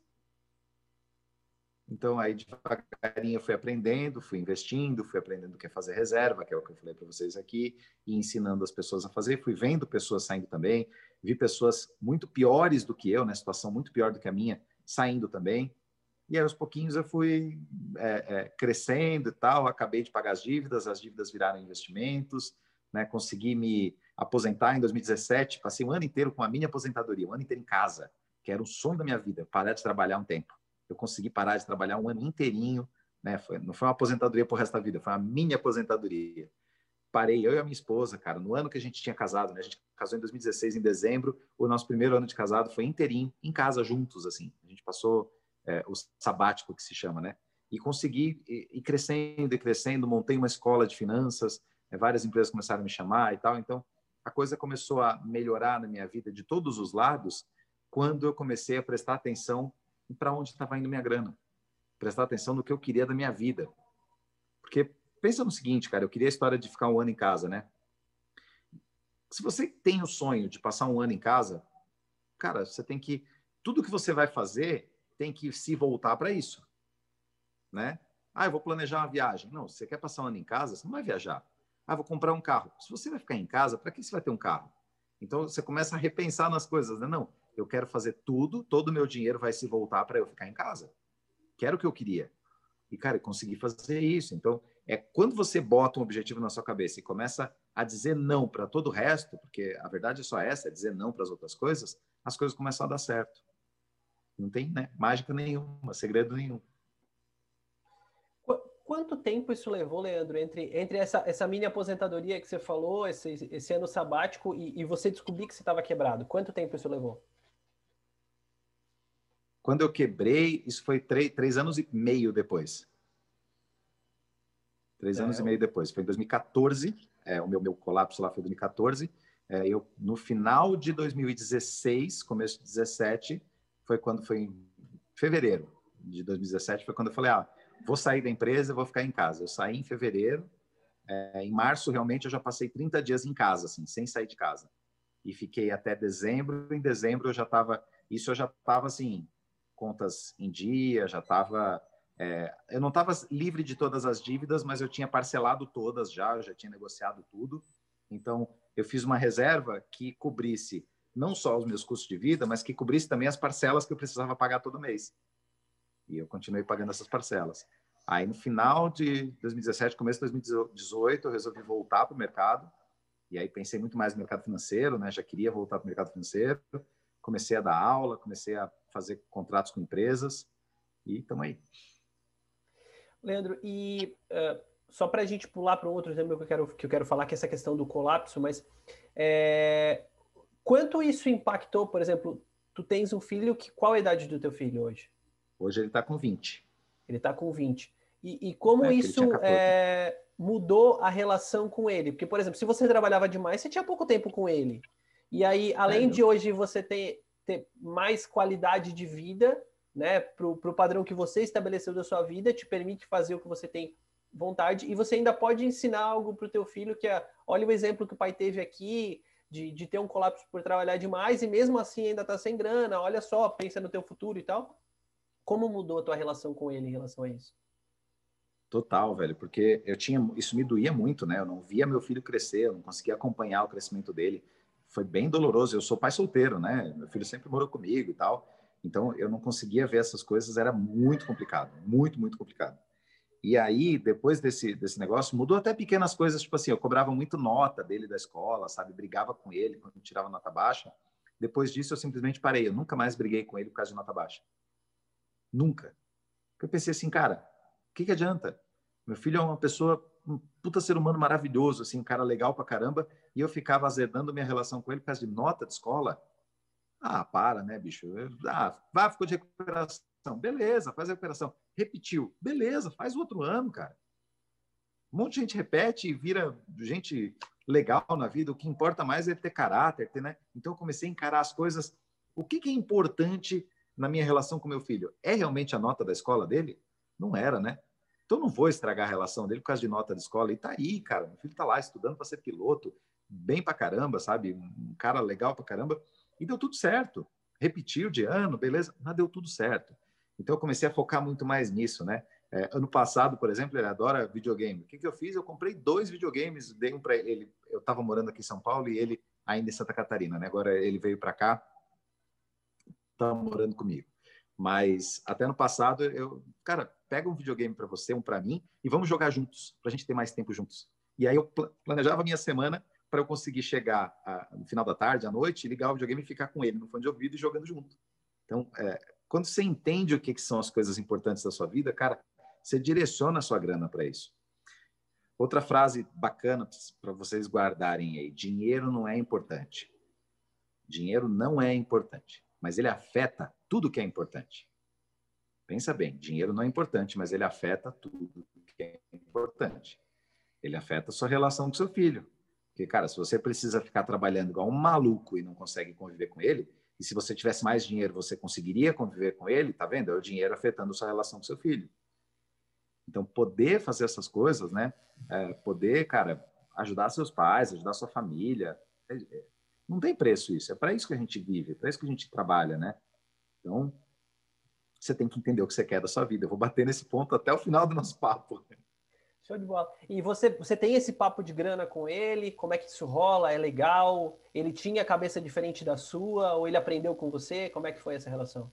Então, aí, devagarinho, eu fui aprendendo, fui investindo, fui aprendendo o que é fazer reserva, que é o que eu falei para vocês aqui, e ensinando as pessoas a fazer. Fui vendo pessoas saindo também, vi pessoas muito piores do que eu, né, situação muito pior do que a minha, saindo também. E aí, aos pouquinhos, eu fui é, é, crescendo e tal, acabei de pagar as dívidas, as dívidas viraram investimentos, né, consegui me aposentar em dois mil e dezessete, passei um ano inteiro com a minha aposentadoria, um ano inteiro em casa, que era o sonho da minha vida, parar de trabalhar um tempo. Eu consegui parar de trabalhar um ano inteirinho, né? Foi, não foi uma aposentadoria por resto da vida, foi uma mini aposentadoria. Parei, eu e a minha esposa, cara, no ano que a gente tinha casado, né? A gente casou em dois mil e dezesseis, em dezembro, o nosso primeiro ano de casado foi inteirinho, em casa, juntos, assim. A gente passou é, o sabático, que se chama, né? E consegui ir, ir crescendo e crescendo, montei uma escola de finanças, é, várias empresas começaram a me chamar e tal, então a coisa começou a melhorar na minha vida de todos os lados quando eu comecei a prestar atenção para onde estava indo minha grana, prestar atenção no que eu queria da minha vida. Porque pensa no seguinte, cara, eu queria a história de ficar um ano em casa, né? Se você tem o sonho de passar um ano em casa, cara, você tem que, tudo que você vai fazer tem que se voltar para isso, né? Ah, eu vou planejar uma viagem. Não, se você quer passar um ano em casa, você não vai viajar. Ah, vou comprar um carro. Se você vai ficar em casa, para que você vai ter um carro? Então você começa a repensar nas coisas, né? Não, eu quero fazer tudo, todo o meu dinheiro vai se voltar para eu ficar em casa. Que era o que eu queria. E, cara, eu consegui fazer isso. Então, é quando você bota um objetivo na sua cabeça e começa a dizer não para todo o resto, porque a verdade é só essa, é dizer não para as outras coisas, as coisas começam a dar certo. Não tem, né, mágica nenhuma, segredo nenhum. Quanto tempo isso levou, Leandro, entre, entre essa, essa mini aposentadoria que você falou, esse, esse ano sabático, e, e você descobrir que você estava quebrado? Quanto tempo isso levou? Quando eu quebrei, isso foi três, três anos e meio depois. Três é, anos eu... e meio depois. Foi em dois mil e quatorze, é, o meu, meu colapso lá foi em dois mil e quatorze. É, eu, no final de dois mil e dezesseis, começo de dezessete, foi quando foi em fevereiro. de dois mil e dezessete foi quando eu falei, ah, vou sair da empresa, vou ficar em casa. Eu saí em fevereiro, é, em março, realmente, eu já passei trinta dias em casa, assim, sem sair de casa. E fiquei até dezembro. Em dezembro eu já estava, isso eu já estava assim, contas em dia, já estava, é, eu não estava livre de todas as dívidas, mas eu tinha parcelado todas já, eu já tinha negociado tudo. Então eu fiz uma reserva que cobrisse não só os meus custos de vida, mas que cobrisse também as parcelas que eu precisava pagar todo mês. E eu continuei pagando essas parcelas. Aí no final de dois mil e dezessete, começo de dois mil e dezoito, eu resolvi voltar para o mercado. E aí pensei muito mais no mercado financeiro, né? Já queria voltar para o mercado financeiro. Comecei a dar aula, comecei a fazer contratos com empresas e estamos aí. Leandro, e uh, só para a gente pular para um outro tema que eu quero, que eu quero falar, que é essa questão do colapso, mas é, quanto isso impactou, por exemplo, tu tens um filho, que, qual a idade do teu filho hoje? Hoje ele está com vinte. Ele está com vinte. E, e como é, isso é, mudou a relação com ele? Porque, por exemplo, se você trabalhava demais, você tinha pouco tempo com ele. E aí, além é, de hoje você ter, ter mais qualidade de vida, né, para o padrão que você estabeleceu da sua vida, te permite fazer o que você tem vontade, e você ainda pode ensinar algo para o teu filho, que é, olha o exemplo que o pai teve aqui, de, de ter um colapso por trabalhar demais, e mesmo assim ainda está sem grana, olha só, pensa no teu futuro e tal. Como mudou a tua relação com ele em relação a isso? Total, velho, porque eu tinha, isso me doía muito, né? Eu não via meu filho crescer, eu não conseguia acompanhar o crescimento dele. Foi bem doloroso. Eu sou pai solteiro, né? Meu filho sempre morou comigo e tal. Então eu não conseguia ver essas coisas, era muito complicado, muito, muito complicado. E aí, depois desse, desse negócio, mudou até pequenas coisas, tipo assim, eu cobrava muito nota dele da escola, sabe? Brigava com ele quando tirava nota baixa. Depois disso, eu simplesmente parei. Eu nunca mais briguei com ele por causa de nota baixa. Nunca. Porque eu pensei assim, cara, o que, que adianta? Meu filho é uma pessoa, um puta ser humano maravilhoso, assim, um cara legal pra caramba, e eu ficava azedando minha relação com ele por causa de nota de escola. Ah, para, né, bicho? Ah, vá, ficou de recuperação. Beleza, faz a recuperação. Repetiu. Beleza, faz o outro ano, cara. Um monte de gente repete e vira gente legal na vida. O que importa mais é ter caráter, ter, né? Então eu comecei a encarar as coisas. O que, que é importante na minha relação com meu filho? É realmente a nota da escola dele? Não era, né? Então não vou estragar a relação dele por causa de nota de escola. E tá aí, cara. Meu filho tá lá estudando para ser piloto, bem pra caramba, sabe? Um cara legal pra caramba. E deu tudo certo. Repetiu de ano, beleza? Mas deu tudo certo. Então eu comecei a focar muito mais nisso, né? É, ano passado, por exemplo, ele adora videogame. O que, que eu fiz? Eu comprei dois videogames, dei um para ele. Eu estava morando aqui em São Paulo e ele ainda em Santa Catarina, né? Agora ele veio para cá, está morando comigo. Mas até no passado, eu, cara, pega um videogame para você, um para mim, e vamos jogar juntos, para a gente ter mais tempo juntos. E aí eu planejava a minha semana para eu conseguir chegar a, no final da tarde, à noite, ligar o videogame e ficar com ele no fone de ouvido e jogando junto. Então, é, quando você entende o que, que são as coisas importantes da sua vida, cara, você direciona a sua grana para isso. Outra frase bacana para vocês guardarem aí: dinheiro não é importante. Dinheiro não é importante, mas ele afeta tudo que é importante. Pensa bem, dinheiro não é importante, mas ele afeta tudo que é importante. Ele afeta a sua relação com seu filho. Porque, cara, se você precisa ficar trabalhando igual um maluco e não consegue conviver com ele, e se você tivesse mais dinheiro, você conseguiria conviver com ele, tá vendo? É o dinheiro afetando a sua relação com seu filho. Então, poder fazer essas coisas, né? É, poder, cara, ajudar seus pais, ajudar sua família, é, é, não tem preço isso. É para isso que a gente vive, é para isso que a gente trabalha, né? Então, você tem que entender o que você quer da sua vida. Eu vou bater nesse ponto até o final do nosso papo. Show de bola. E você, você tem esse papo de grana com ele? Como é que isso rola? É legal? Ele tinha cabeça diferente da sua? Ou ele aprendeu com você? Como é que foi essa relação?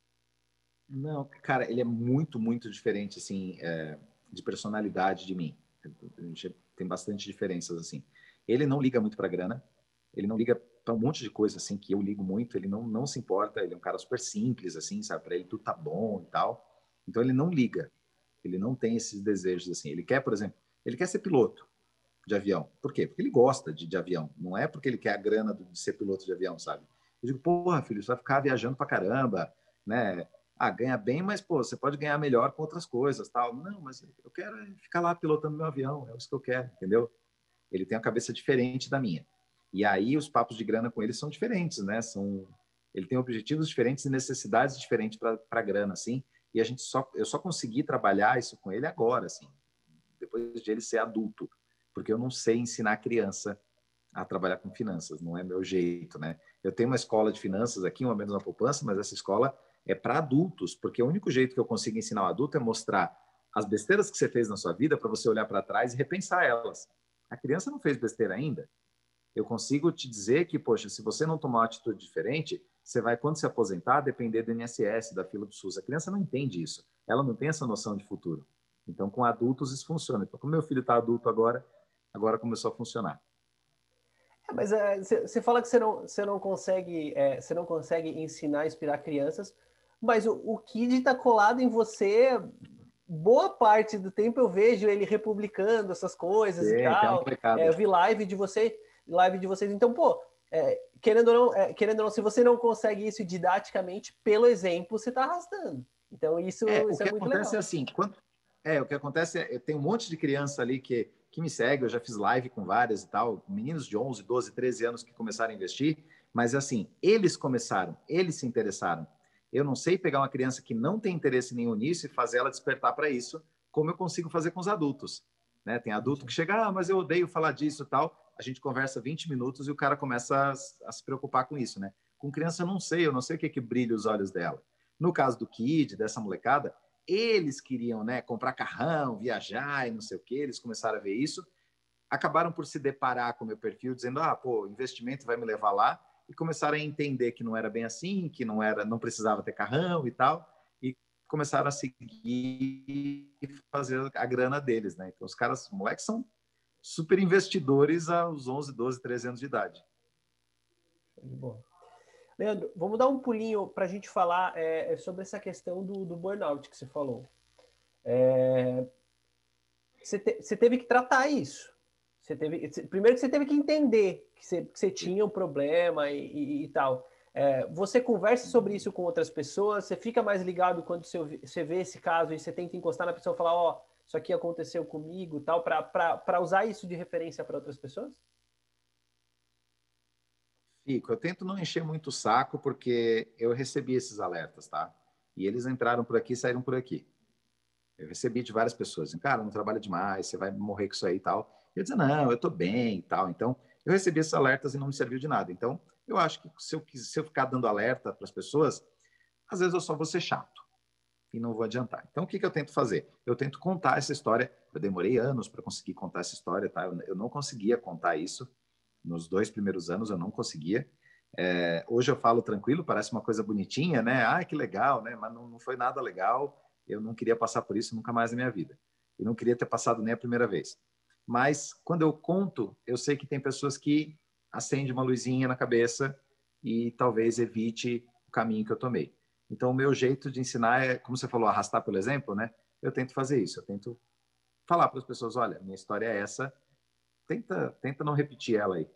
Não, cara, ele é muito, muito diferente, assim, é, de personalidade de mim. A gente tem bastante diferenças, assim. Ele não liga muito para grana, ele não liga para um monte de coisa, assim, que eu ligo muito, ele não, não se importa, ele é um cara super simples, assim, sabe? Para ele tudo tá bom e tal. Então ele não liga, ele não tem esses desejos, assim. Ele quer, por exemplo, ele quer ser piloto de avião. Por quê? Porque ele gosta de, de avião, não é porque ele quer a grana de ser piloto de avião, sabe? Eu digo, porra, filho, você vai ficar viajando pra caramba, né? Ah, ganha bem, mas, pô, você pode ganhar melhor com outras coisas, tal. Não, mas eu quero ficar lá pilotando meu avião, é isso que eu quero, entendeu? Ele tem uma cabeça diferente da minha. E aí os papos de grana com ele são diferentes, né? São, ele tem objetivos diferentes e necessidades diferentes para a grana, assim. E a gente só, eu só consegui trabalhar isso com ele agora, assim, depois de ele ser adulto, porque eu não sei ensinar a criança a trabalhar com finanças, não é meu jeito, né? Eu tenho uma escola de finanças aqui, uma menos na poupança, mas essa escola é para adultos, porque o único jeito que eu consigo ensinar o adulto é mostrar as besteiras que você fez na sua vida para você olhar para trás e repensar elas. A criança não fez besteira ainda. Eu consigo te dizer que, poxa, se você não tomar uma atitude diferente, você vai, quando se aposentar, depender do I N S S, da fila do SUS. A criança não entende isso. Ela não tem essa noção de futuro. Então, com adultos, isso funciona. Então, como meu filho está adulto agora, agora começou a funcionar. É, mas você é, fala que você não, você não consegue, é, você não consegue ensinar, inspirar crianças, mas o, o Kid está colado em você. Boa parte do tempo eu vejo ele republicando essas coisas e Tem, tem uma tal. É, molecada. eu vi live de você, live de vocês. Então, pô, é, querendo, ou não, é, querendo ou não, se você não consegue isso didaticamente, pelo exemplo, você está arrastando. Então, isso, É, o isso é que muito acontece é legal. assim, quando, é, o que acontece é, tem um monte de criança ali que, que me segue, eu já fiz live com várias e tal, meninos de onze, doze, treze anos que começaram a investir, mas assim, eles começaram, eles se interessaram. Eu não sei pegar uma criança que não tem interesse nenhum nisso e fazer ela despertar para isso, como eu consigo fazer com os adultos. Né? Tem adulto que chega, ah, mas eu odeio falar disso e tal, a gente conversa vinte minutos e o cara começa a, a se preocupar com isso. Né? Com criança eu não sei, eu não sei o que, que brilha os olhos dela. No caso do Kid, dessa molecada, eles queriam, né, comprar carrão, viajar e não sei o que, eles começaram a ver isso, acabaram por se deparar com o meu perfil, dizendo, ah, pô, investimento vai me levar lá, e começaram a entender que não era bem assim, que não era, não precisava ter carrão e tal, e começaram a seguir e fazer a grana deles, né? Então os caras, os moleques são super investidores aos onze, doze, treze anos de idade. Bom. Leandro, vamos dar um pulinho para a gente falar é, sobre essa questão do, do burnout que você falou. É, você, te, você teve que tratar isso. Você teve, primeiro que você teve que entender que você, que você tinha um problema e, e, e tal. É, você conversa sobre isso com outras pessoas, você fica mais ligado quando você, você vê esse caso e você tenta encostar na pessoa e falar, ó, oh, isso aqui aconteceu comigo, tal, para usar isso de referência para outras pessoas? Fico. Eu tento não encher muito o saco, porque eu recebi esses alertas, tá? E eles entraram por aqui e saíram por aqui. Eu recebi de várias pessoas, cara, não trabalha demais, você vai morrer com isso aí e tal. E eu dizia, não, eu tô bem e tal. Então, eu recebi esses alertas e não me serviu de nada. Então, eu acho que se eu, se eu ficar dando alerta para as pessoas, às vezes eu só vou ser chato e não vou adiantar. Então, o que, que eu tento fazer? Eu tento contar essa história. Eu demorei anos para conseguir contar essa história, tá? Eu, eu não conseguia contar isso. Nos dois primeiros anos, eu não conseguia. É, hoje eu falo tranquilo, parece uma coisa bonitinha, né? Ah, que legal, né? Mas não, não foi nada legal. Eu não queria passar por isso nunca mais na minha vida. E não queria ter passado nem a primeira vez. Mas quando eu conto, eu sei que tem pessoas que acendem uma luzinha na cabeça e talvez evite o caminho que eu tomei. Então, o meu jeito de ensinar é, como você falou, arrastar pelo exemplo, né? Eu tento fazer isso. Eu tento falar para as pessoas, olha, minha história é essa. Tenta, tenta não repetir ela aí.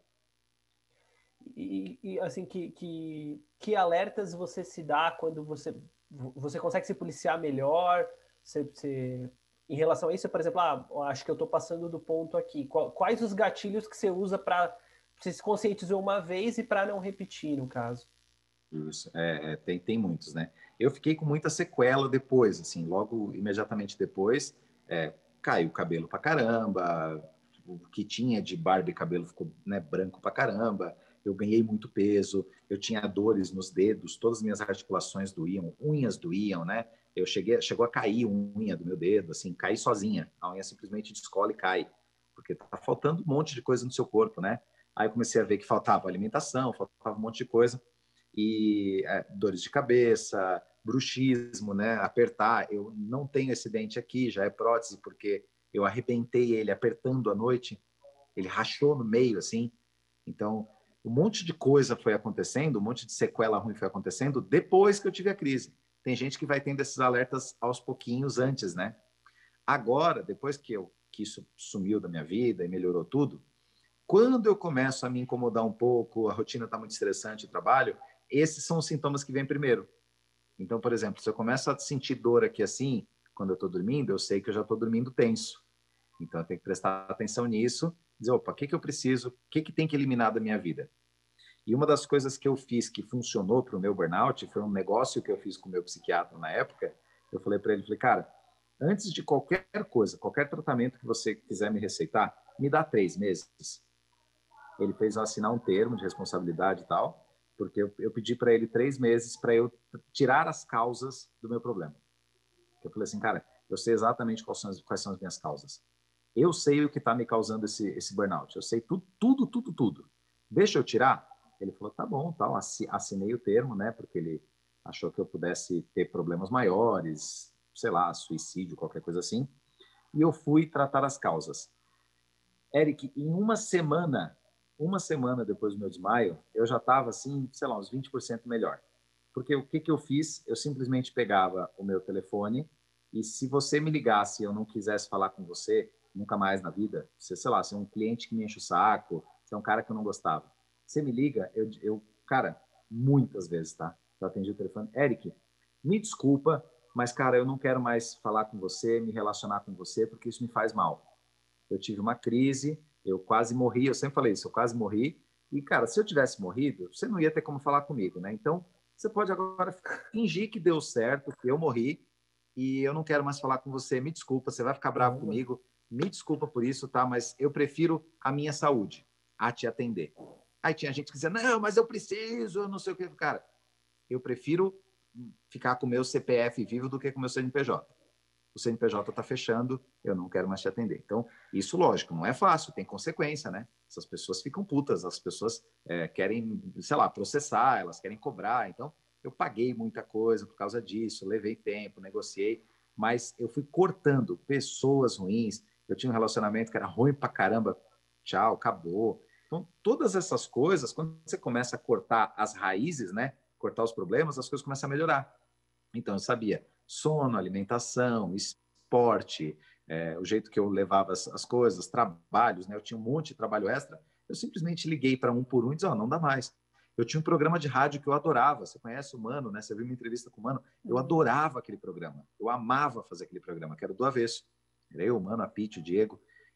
E, e assim, que, que, que alertas você se dá quando você, você consegue se policiar melhor? Você, você, em relação a isso, por exemplo, ah, acho que eu estou passando do ponto aqui. Quais os gatilhos que você usa para você se conscientizou uma vez e para não repetir, no caso? Isso, é, é, tem, tem muitos, né? Eu fiquei com muita sequela depois, assim, logo, imediatamente depois, é, caiu o cabelo pra caramba, o que tinha de barba e cabelo ficou, né, branco pra caramba, eu ganhei muito peso, eu tinha dores nos dedos, todas as minhas articulações doíam, unhas doíam, né? Eu cheguei, chegou a cair unha do meu dedo, assim, cair sozinha, a unha simplesmente descola e cai, porque tá faltando um monte de coisa no seu corpo, né? Aí eu comecei a ver que faltava alimentação, faltava um monte de coisa, e é, dores de cabeça, bruxismo, né? Apertar. Eu não tenho esse dente aqui, já é prótese, porque eu arrebentei ele apertando à noite, ele rachou no meio, assim. Então, um monte de coisa foi acontecendo, um monte de sequela ruim foi acontecendo depois que eu tive a crise. Tem gente que vai tendo esses alertas aos pouquinhos antes, né? Agora, depois que, eu, que isso sumiu da minha vida e melhorou tudo, quando eu começo a me incomodar um pouco, a rotina está muito estressante, o trabalho, esses são os sintomas que vêm primeiro. Então, por exemplo, se eu começo a sentir dor aqui assim, quando eu estou dormindo, eu sei que eu já estou dormindo tenso. Então, eu tenho que prestar atenção nisso, dizer, opa, o que, que eu preciso, o que, que tem que eliminar da minha vida? E uma das coisas que eu fiz que funcionou para o meu burnout foi um negócio que eu fiz com o meu psiquiatra na época, Eu falei para ele, falei, cara, antes de qualquer coisa, qualquer tratamento que você quiser me receitar, me dá três meses. Ele fez eu assinar um termo de responsabilidade e tal, porque eu, eu pedi para ele três meses para eu tirar as causas do meu problema. Eu falei assim, cara, eu sei exatamente quais são as, quais são as minhas causas. Eu sei o que está me causando esse, esse burnout. Eu sei tudo, tudo, tudo, tudo. Deixa eu tirar? Ele falou, tá bom, tal. Assinei o termo, né? Porque ele achou que eu pudesse ter problemas maiores, sei lá, suicídio, qualquer coisa assim. E eu fui tratar as causas. Eric, em uma semana, uma semana depois do meu desmaio, eu já estava assim, sei lá, uns vinte por cento melhor. Porque o que, que eu fiz? Eu simplesmente pegava o meu telefone e se você me ligasse e eu não quisesse falar com você, nunca mais na vida, você, sei lá, você é um cliente que me enche o saco, você é um cara que eu não gostava. Você me liga, eu, eu cara, muitas vezes, tá? Eu atendi o telefone. Eric, me desculpa, mas, cara, eu não quero mais falar com você, me relacionar com você, porque isso me faz mal. Eu tive uma crise, eu quase morri, eu sempre falei isso, eu quase morri. E, cara, se eu tivesse morrido, você não ia ter como falar comigo, né? Então, você pode agora fingir que deu certo, que eu morri, e eu não quero mais falar com você. Me desculpa, você vai ficar bravo Uhum. comigo. Me desculpa por isso, tá? Mas eu prefiro a minha saúde a te atender. Aí tinha gente que dizia, não, mas eu preciso, eu não sei o que. Cara, eu prefiro ficar com o meu C P F vivo do que com o meu C N P J. O C N P J está fechando, eu não quero mais te atender. Então, isso, lógico, não é fácil, tem consequência, né? Essas pessoas ficam putas, as pessoas é, querem, sei lá, processar, elas querem cobrar. Então, eu paguei muita coisa por causa disso, levei tempo, negociei, mas eu fui cortando pessoas ruins. Eu tinha um relacionamento que era ruim pra caramba, tchau, acabou. Então, todas essas coisas, quando você começa a cortar as raízes, né? Cortar os problemas, as coisas começam a melhorar. Então, eu sabia sono, alimentação, esporte, é, o jeito que eu levava as, as coisas, trabalhos, né? Eu tinha um monte de trabalho extra. Eu simplesmente liguei para um por um e disse, oh, não dá mais. Eu tinha um programa de rádio que eu adorava. Você conhece o Mano, né? Você viu uma entrevista com o Mano. Eu adorava aquele programa. Eu amava fazer aquele programa, que era do avesso. Era eu, o Mano, a Pete, o Diego.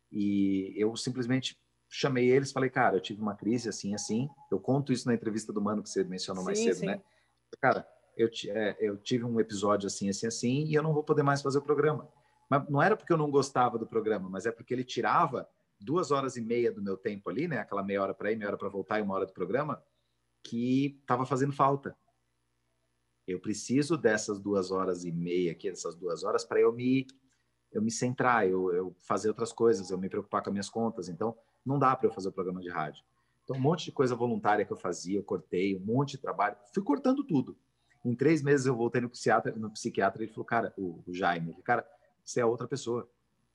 E eu simplesmente chamei eles, falei, cara, eu tive uma crise assim, assim. Eu conto isso na entrevista do Mano que você mencionou mais Sim, cedo, né? sim. Cara, eu, é, eu tive um episódio assim, assim, assim, e eu não vou poder mais fazer o programa. Mas não era porque eu não gostava do programa, mas é porque ele tirava duas horas e meia do meu tempo ali, né? Aquela meia hora para ir, meia hora para voltar e uma hora do programa, que estava fazendo falta. Eu preciso dessas duas horas e meia aqui, dessas duas horas, para eu me, eu me centrar, eu, eu fazer outras coisas, eu me preocupar com as minhas contas. Então, não dá para eu fazer o programa de rádio. Então, um monte de coisa voluntária que eu fazia, eu cortei, um monte de trabalho, fui cortando tudo. Em três meses eu voltei no psiquiatra, no psiquiatra ele falou, cara, o, o Jaime, ele, cara, você é outra pessoa.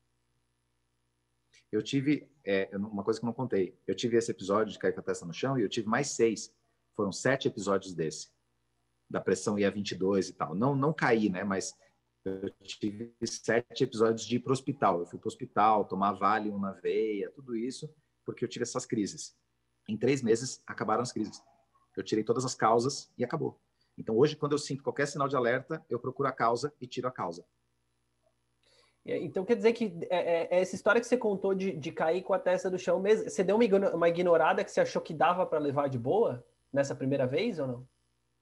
Eu tive, é, uma coisa que eu não contei, eu tive esse episódio de cair com a testa no chão e eu tive mais seis. Foram sete episódios desse, da pressão I A vinte e dois e tal. Não, não caí, né, mas eu tive sete episódios de ir para o hospital. Eu fui para o hospital, tomar Valium na veia, tudo isso, porque eu tive essas crises. Em três meses, acabaram as crises. Eu tirei todas as causas e acabou. Então, hoje, quando eu sinto qualquer sinal de alerta, eu procuro a causa e tiro a causa. Então quer dizer que é, é, essa história que você contou de, de cair com a testa do chão mesmo, você deu uma, uma ignorada que você achou que dava para levar de boa nessa primeira vez ou não?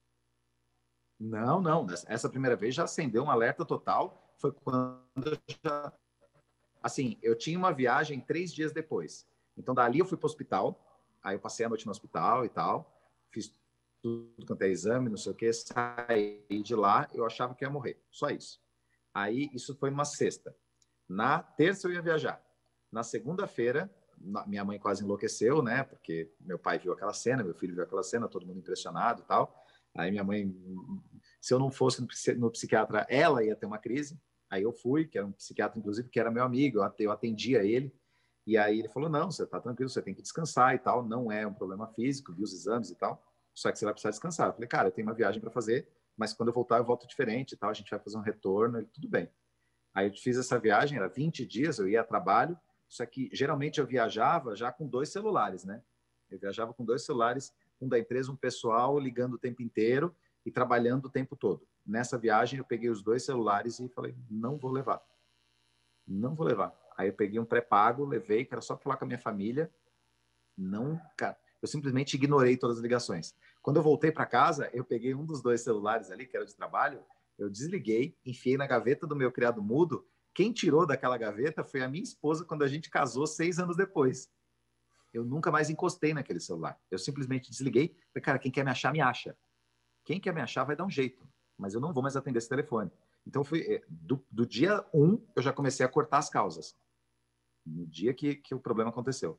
Não, não. Essa primeira vez já acendeu um alerta total. Foi quando eu já... Assim, eu tinha uma viagem três dias depois. Então, dali eu fui para o hospital. Aí eu passei a noite no hospital e tal. Fiz tudo quanto é exame, não sei o que. Saí de lá, eu achava que ia morrer. Só isso. Aí, isso foi numa sexta. Na terça eu ia viajar. Na segunda-feira, minha mãe quase enlouqueceu, né? Porque meu pai viu aquela cena, meu filho viu aquela cena, todo mundo impressionado e tal. Aí minha mãe, se eu não fosse no psiquiatra, ela ia ter uma crise. Aí eu fui, que era um psiquiatra, inclusive, que era meu amigo, eu atendia ele. E aí ele falou, não, você tá tranquilo, você tem que descansar e tal, não é um problema físico, vi os exames e tal, só que você vai precisar descansar. Eu falei, cara, eu tenho uma viagem para fazer, mas quando eu voltar eu volto diferente e tal, a gente vai fazer um retorno, ele, tudo bem. Aí eu fiz essa viagem, era vinte dias, eu ia a trabalho, só que geralmente eu viajava já com dois celulares, né? Eu viajava com dois celulares, um da empresa, um pessoal, ligando o tempo inteiro e trabalhando o tempo todo. Nessa viagem eu peguei os dois celulares e falei, não vou levar. Não vou levar. Aí eu peguei um pré-pago, levei, que era só falar com a minha família. Não, cara, eu simplesmente ignorei todas as ligações. Quando eu voltei para casa, eu peguei um dos dois celulares ali, que era de trabalho, Eu desliguei, enfiei na gaveta do meu criado mudo. Quem tirou daquela gaveta foi a minha esposa quando a gente casou seis anos depois. Eu nunca mais encostei naquele celular. Eu simplesmente desliguei. Falei, cara, quem quer me achar, me acha. Quem quer me achar vai dar um jeito. Mas eu não vou mais atender esse telefone. Então, fui, do, do dia um, eu já comecei a cortar as causas. No dia que, que o problema aconteceu.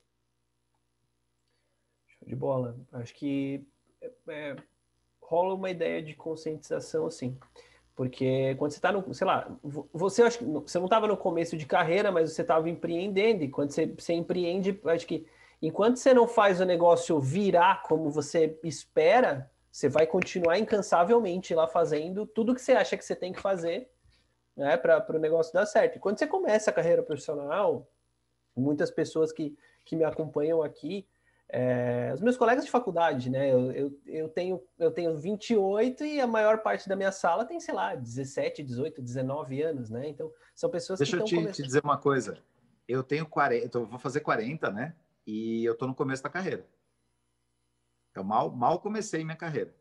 Show de bola. Acho que é, rola uma ideia de conscientização, assim. Porque quando você está no, sei lá, você acho que você não estava no começo de carreira, mas você estava empreendendo, e quando você, você empreende, acho que enquanto você não faz o negócio virar como você espera, você vai continuar incansavelmente lá fazendo tudo que você acha que você tem que fazer, né, para o negócio dar certo. E quando você começa a carreira profissional, muitas pessoas que, que me acompanham aqui, é, os meus colegas de faculdade, né? Eu, eu, eu, tenho, eu tenho vinte e oito e a maior parte da minha sala tem, sei lá, dezessete, dezoito, dezenove anos, né? Então, são pessoas Deixa que eu estão te, começando. te dizer uma coisa. Eu tenho quarenta, eu vou fazer quarenta, né? E eu tô no começo da carreira. Eu mal, mal comecei minha carreira.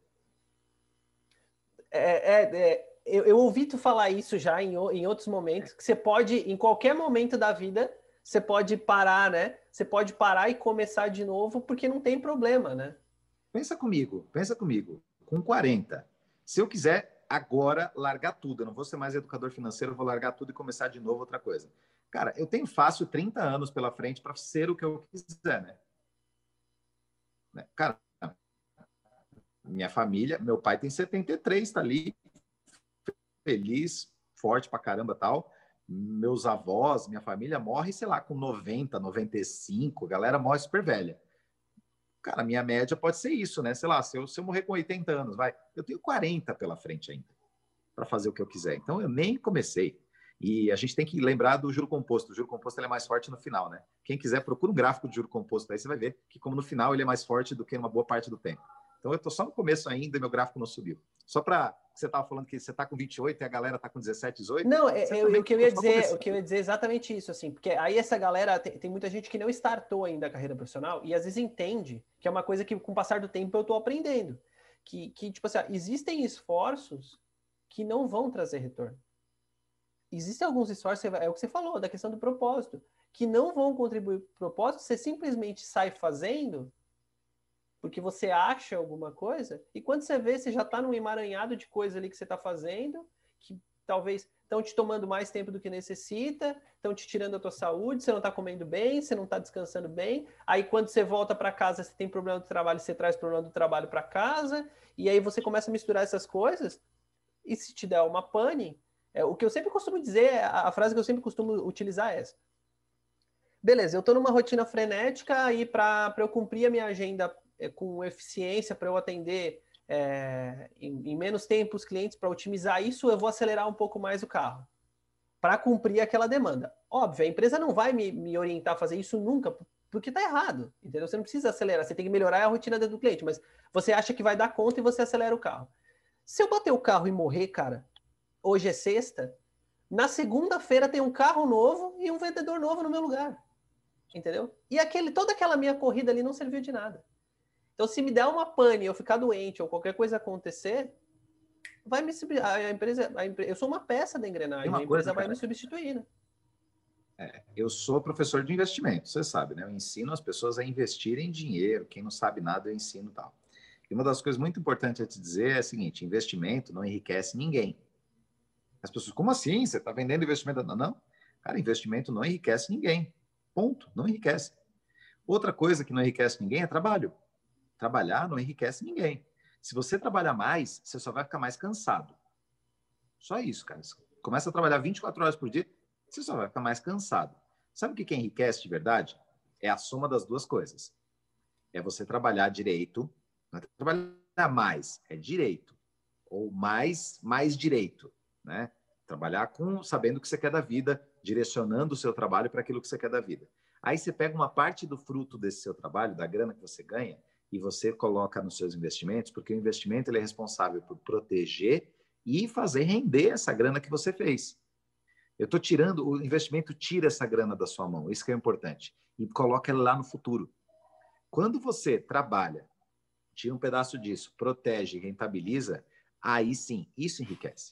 É, é, é, eu, eu ouvi tu falar isso já em, em outros momentos, que você pode, em qualquer momento da vida, você pode parar, né? Você pode parar e começar de novo, porque não tem problema, né? Pensa comigo, pensa comigo. Com quarenta, se eu quiser agora largar tudo, eu não vou ser mais educador financeiro, eu vou largar tudo e começar de novo outra coisa. Cara, eu tenho fácil trinta anos pela frente para ser o que eu quiser, né? né? Cara, minha família, meu pai tem setenta e três, tá ali, feliz, forte pra caramba tal. Meus avós, minha família morre, sei lá, com noventa, noventa e cinco, a galera morre super velha. Cara, minha média pode ser isso, né? Sei lá, se eu, se eu morrer com oitenta anos, vai, eu tenho quarenta pela frente ainda para fazer o que eu quiser. Então eu nem comecei. E a gente tem que lembrar do juro composto. O juro composto ele é mais forte no final, né? Quem quiser, procura um gráfico de juro composto aí, você vai ver que como no final ele é mais forte do que uma boa parte do tempo. Então eu estou só no começo ainda e meu gráfico não subiu. Só para você estava falando que você está com vinte e oito e a galera está com dezessete, dezoito. Não, é, eu, também o que eu tá ia dizer, o que eu ia dizer é exatamente isso, assim, porque aí essa galera tem, tem muita gente que não startou ainda a carreira profissional e às vezes entende que é uma coisa que com o passar do tempo eu estou aprendendo, que, que tipo assim, existem esforços que não vão trazer retorno. Existem alguns esforços, é o que você falou, da questão do propósito, que não vão contribuir para o propósito, você simplesmente sai fazendo porque você acha alguma coisa, e quando você vê, você já está num emaranhado de coisa ali que você está fazendo, que talvez estão te tomando mais tempo do que necessita, estão te tirando a tua saúde, você não está comendo bem, você não está descansando bem, aí quando você volta para casa, você tem problema do trabalho, você traz problema do trabalho para casa, e aí você começa a misturar essas coisas, e se te der uma pane, é, o que eu sempre costumo dizer, a, a frase que eu sempre costumo utilizar é essa. Beleza, eu estou numa rotina frenética e para eu cumprir a minha agenda é, com eficiência, para eu atender é, em, em menos tempo os clientes, para otimizar isso, eu vou acelerar um pouco mais o carro para cumprir aquela demanda. Óbvio, a empresa não vai me, me orientar a fazer isso nunca, porque está errado, entendeu? Você não precisa acelerar, você tem que melhorar a rotina do cliente, mas você acha que vai dar conta e você acelera o carro. Se eu bater o carro e morrer, cara, hoje é sexta, na segunda-feira tem um carro novo e um vendedor novo no meu lugar. Entendeu? E aquele, toda aquela minha corrida ali não serviu de nada. Então, se me der uma pane, eu ficar doente ou qualquer coisa acontecer, vai me a empresa, a empresa, eu sou uma peça da engrenagem, a empresa coisa, vai cara, me substituir, né? É, eu sou professor de investimento, você sabe, né? Eu ensino as pessoas a investirem dinheiro. Quem não sabe nada, eu ensino tal. E uma das coisas muito importantes a te dizer é a seguinte: investimento não enriquece ninguém. As pessoas, como assim? Você está vendendo investimento? Não, não. Cara, investimento não enriquece ninguém. Ponto. Não enriquece. Outra coisa que não enriquece ninguém é trabalho. Trabalhar não enriquece ninguém. Se você trabalhar mais, você só vai ficar mais cansado. Só isso, cara. Você começa a trabalhar vinte e quatro horas por dia, você só vai ficar mais cansado. Sabe o que, que enriquece de verdade? É a soma das duas coisas. É você trabalhar direito, não é trabalhar mais, é direito. Ou mais, mais direito, né? Trabalhar com, sabendo o que você quer da vida, direcionando o seu trabalho para aquilo que você quer da vida. Aí você pega uma parte do fruto desse seu trabalho, da grana que você ganha, e você coloca nos seus investimentos, porque o investimento ele é responsável por proteger e fazer render essa grana que você fez. Eu estou tirando, o investimento tira essa grana da sua mão, isso que é importante, e coloca ela lá no futuro. Quando você trabalha, tira um pedaço disso, protege, rentabiliza, aí sim, isso enriquece.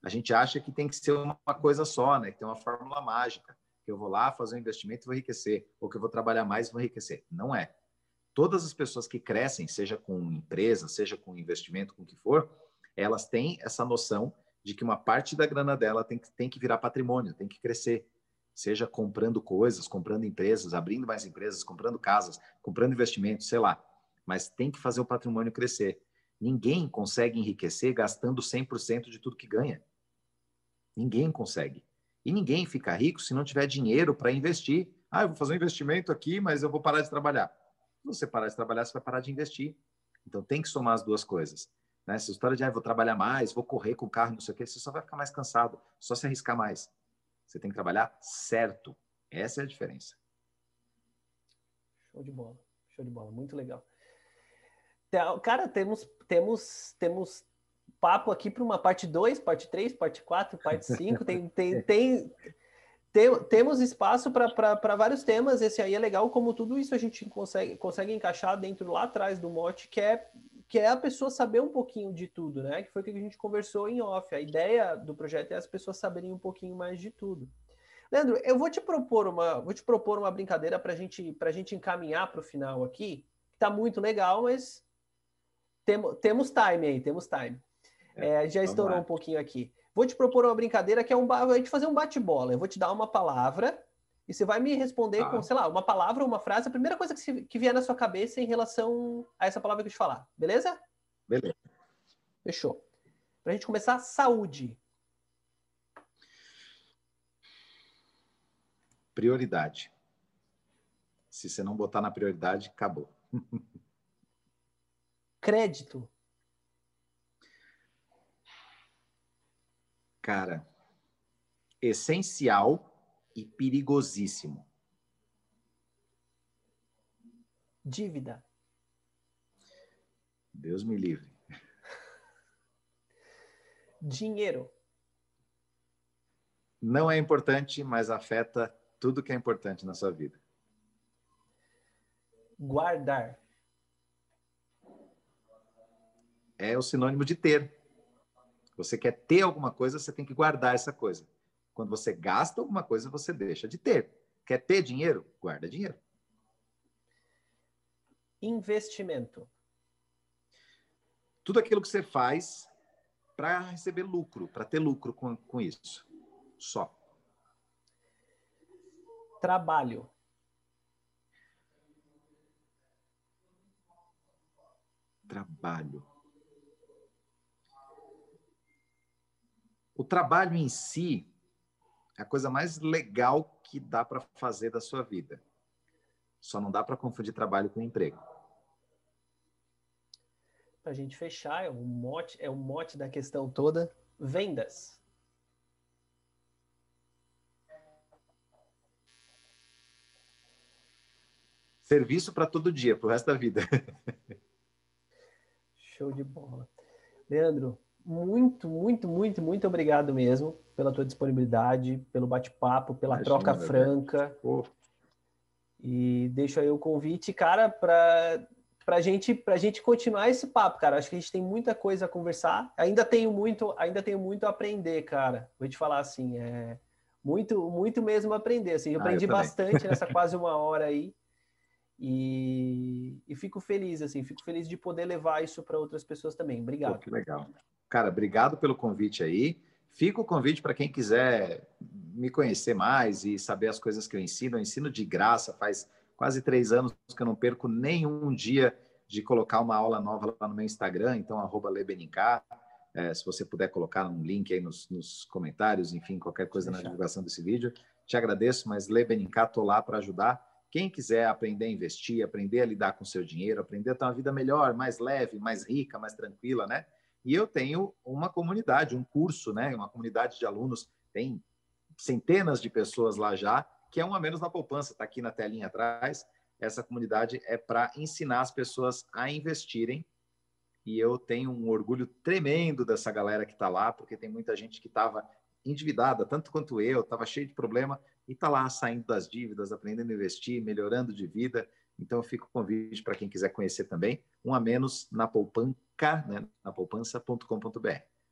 A gente acha que tem que ser uma coisa só, né? Que tem uma fórmula mágica, que eu vou lá fazer um investimento e vou enriquecer, ou que eu vou trabalhar mais e vou enriquecer. Não é. Todas as pessoas que crescem, seja com empresa, seja com investimento, com o que for, elas têm essa noção de que uma parte da grana dela tem que, tem que virar patrimônio, tem que crescer. Seja comprando coisas, comprando empresas, abrindo mais empresas, comprando casas, comprando investimentos, sei lá. Mas tem que fazer o patrimônio crescer. Ninguém consegue enriquecer gastando cem por cento de tudo que ganha. Ninguém consegue. E ninguém fica rico se não tiver dinheiro para investir. Ah, eu vou fazer um investimento aqui, mas eu vou parar de trabalhar. Se você parar de trabalhar, você vai parar de investir. Então tem que somar as duas coisas. Né? Essa história de ah, vou trabalhar mais, vou correr com o carro, não sei o quê, você só vai ficar mais cansado, só se arriscar mais. Você tem que trabalhar certo. Essa é a diferença. Show de bola. Show de bola. Muito legal. Cara, temos, temos, temos papo aqui para uma parte dois, parte três, parte quatro, parte cinco. Tem, tem, tem, tem, temos espaço para vários temas. Esse aí é legal, como tudo isso a gente consegue, consegue encaixar dentro lá atrás do mote, que é, que é a pessoa saber um pouquinho de tudo, né? Que foi o que a gente conversou em off. A ideia do projeto é as pessoas saberem um pouquinho mais de tudo. Leandro, eu vou te propor uma, vou te propor uma brincadeira para gente, a gente encaminhar para o final aqui. Tá muito legal, mas tem, temos time aí, temos time. É, já estourou um pouquinho aqui. Vou te propor uma brincadeira que é um, a gente fazer um bate-bola. Eu vou te dar uma palavra e você vai me responder ah. com, sei lá, uma palavra ou uma frase, a primeira coisa que, se, que vier na sua cabeça em relação a essa palavra que eu te falar. Beleza? Beleza. Fechou. Pra gente começar, saúde. Prioridade. Se você não botar na prioridade, acabou. Crédito. Cara, essencial e perigosíssimo. Dívida. Deus me livre. Dinheiro. Não é importante, mas afeta tudo que é importante na sua vida. Guardar. É o sinônimo de ter. Você quer ter alguma coisa, você tem que guardar essa coisa. Quando você gasta alguma coisa, você deixa de ter. Quer ter dinheiro? Guarda dinheiro. Investimento. Tudo aquilo que você faz para receber lucro, para ter lucro com, com isso. Só. Trabalho. Trabalho. O trabalho em si é a coisa mais legal que dá para fazer da sua vida. Só não dá para confundir trabalho com emprego. Para a gente fechar, é o mote, é o mote da questão toda. Vendas. Serviço para todo dia, para o resto da vida. Show de bola. Leandro, muito, muito, muito, muito obrigado mesmo pela tua disponibilidade, pelo bate-papo, pela Imagina, troca franca. Oh. E deixo aí o convite, cara, para pra gente, pra gente continuar esse papo, cara. Acho que a gente tem muita coisa a conversar. Ainda tenho muito, ainda tenho muito a aprender, cara. Vou te falar assim, é muito, muito mesmo a aprender. Assim, eu ah, aprendi eu bastante nessa quase uma hora aí. E, e fico feliz, assim, fico feliz de poder levar isso para outras pessoas também. Obrigado. Pô, que legal. Cara, obrigado pelo convite aí. Fica o convite para quem quiser me conhecer mais e saber as coisas que eu ensino. Eu ensino de graça, faz quase três anos que eu não perco nenhum dia de colocar uma aula nova lá no meu Instagram, então, arroba Lebenincá. É, se você puder colocar um link aí nos, nos comentários, enfim, qualquer coisa na divulgação desse vídeo. Te agradeço, mas Lebenincá, estou lá para ajudar. Quem quiser aprender a investir, aprender a lidar com o seu dinheiro, aprender a ter uma vida melhor, mais leve, mais rica, mais tranquila, né? E eu tenho uma comunidade, um curso, né? Uma comunidade de alunos, tem centenas de pessoas lá já, que é um a menos na poupança, está aqui na telinha atrás. Essa comunidade é para ensinar as pessoas a investirem. E eu tenho um orgulho tremendo dessa galera que está lá, porque tem muita gente que estava endividada, tanto quanto eu, estava cheio de problema, e está lá saindo das dívidas, aprendendo a investir, melhorando de vida. Então, eu fico com o convite para quem quiser conhecer também, um a menos na poupanca, né, na poupança ponto com ponto br.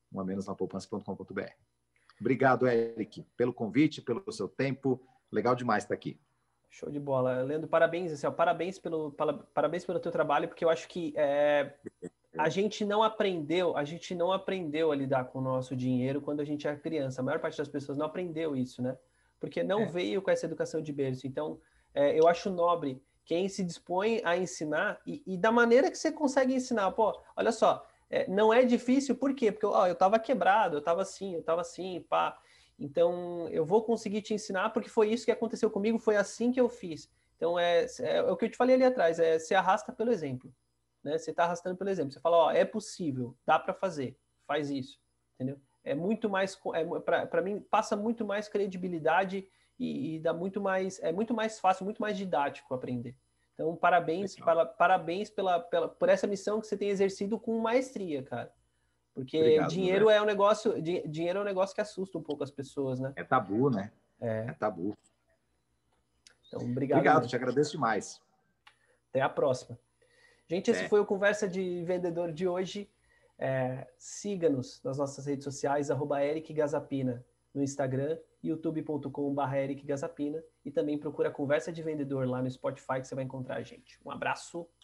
um a menos na poupança ponto com ponto b r. Obrigado, Eric, pelo convite, pelo seu tempo. Legal demais estar aqui. Show de bola. Leandro, parabéns. Assim, ó, parabéns, pelo, parabéns pelo teu trabalho, porque eu acho que é, a gente não aprendeu, a gente não aprendeu a lidar com o nosso dinheiro quando a gente era criança. A maior parte das pessoas não aprendeu isso, né? Porque não é. veio com essa educação de berço. Então, é, eu acho nobre quem se dispõe a ensinar e, e da maneira que você consegue ensinar. Pô, olha só, é, não é difícil, por quê? Porque ó, eu estava quebrado, eu estava assim, eu estava assim, pá. Então, eu vou conseguir te ensinar porque foi isso que aconteceu comigo, foi assim que eu fiz. Então, é, é, é o que eu te falei ali atrás, é se arrasta pelo exemplo. Né? Você está arrastando pelo exemplo. Você fala, ó, é possível, dá para fazer, faz isso, entendeu? É muito mais, é, para mim, passa muito mais credibilidade e, e dá muito mais, é muito mais fácil, muito mais didático aprender. Então, parabéns, para, parabéns pela, pela, por essa missão que você tem exercido com maestria, cara. Porque Obrigado, dinheiro né? é um negócio, dinheiro é um negócio que assusta um pouco as pessoas, né? É tabu, né? É, é tabu. Então, obrigado. Obrigado, te agradeço demais. Até a próxima. Gente, esse é. foi o Conversa de Vendedor de hoje. É, siga-nos nas nossas redes sociais, arroba Eric Gazapina no Instagram, youtube ponto com barra Eric Gazapina, e também procura Conversa de Vendedor lá no Spotify que você vai encontrar a gente. Um abraço.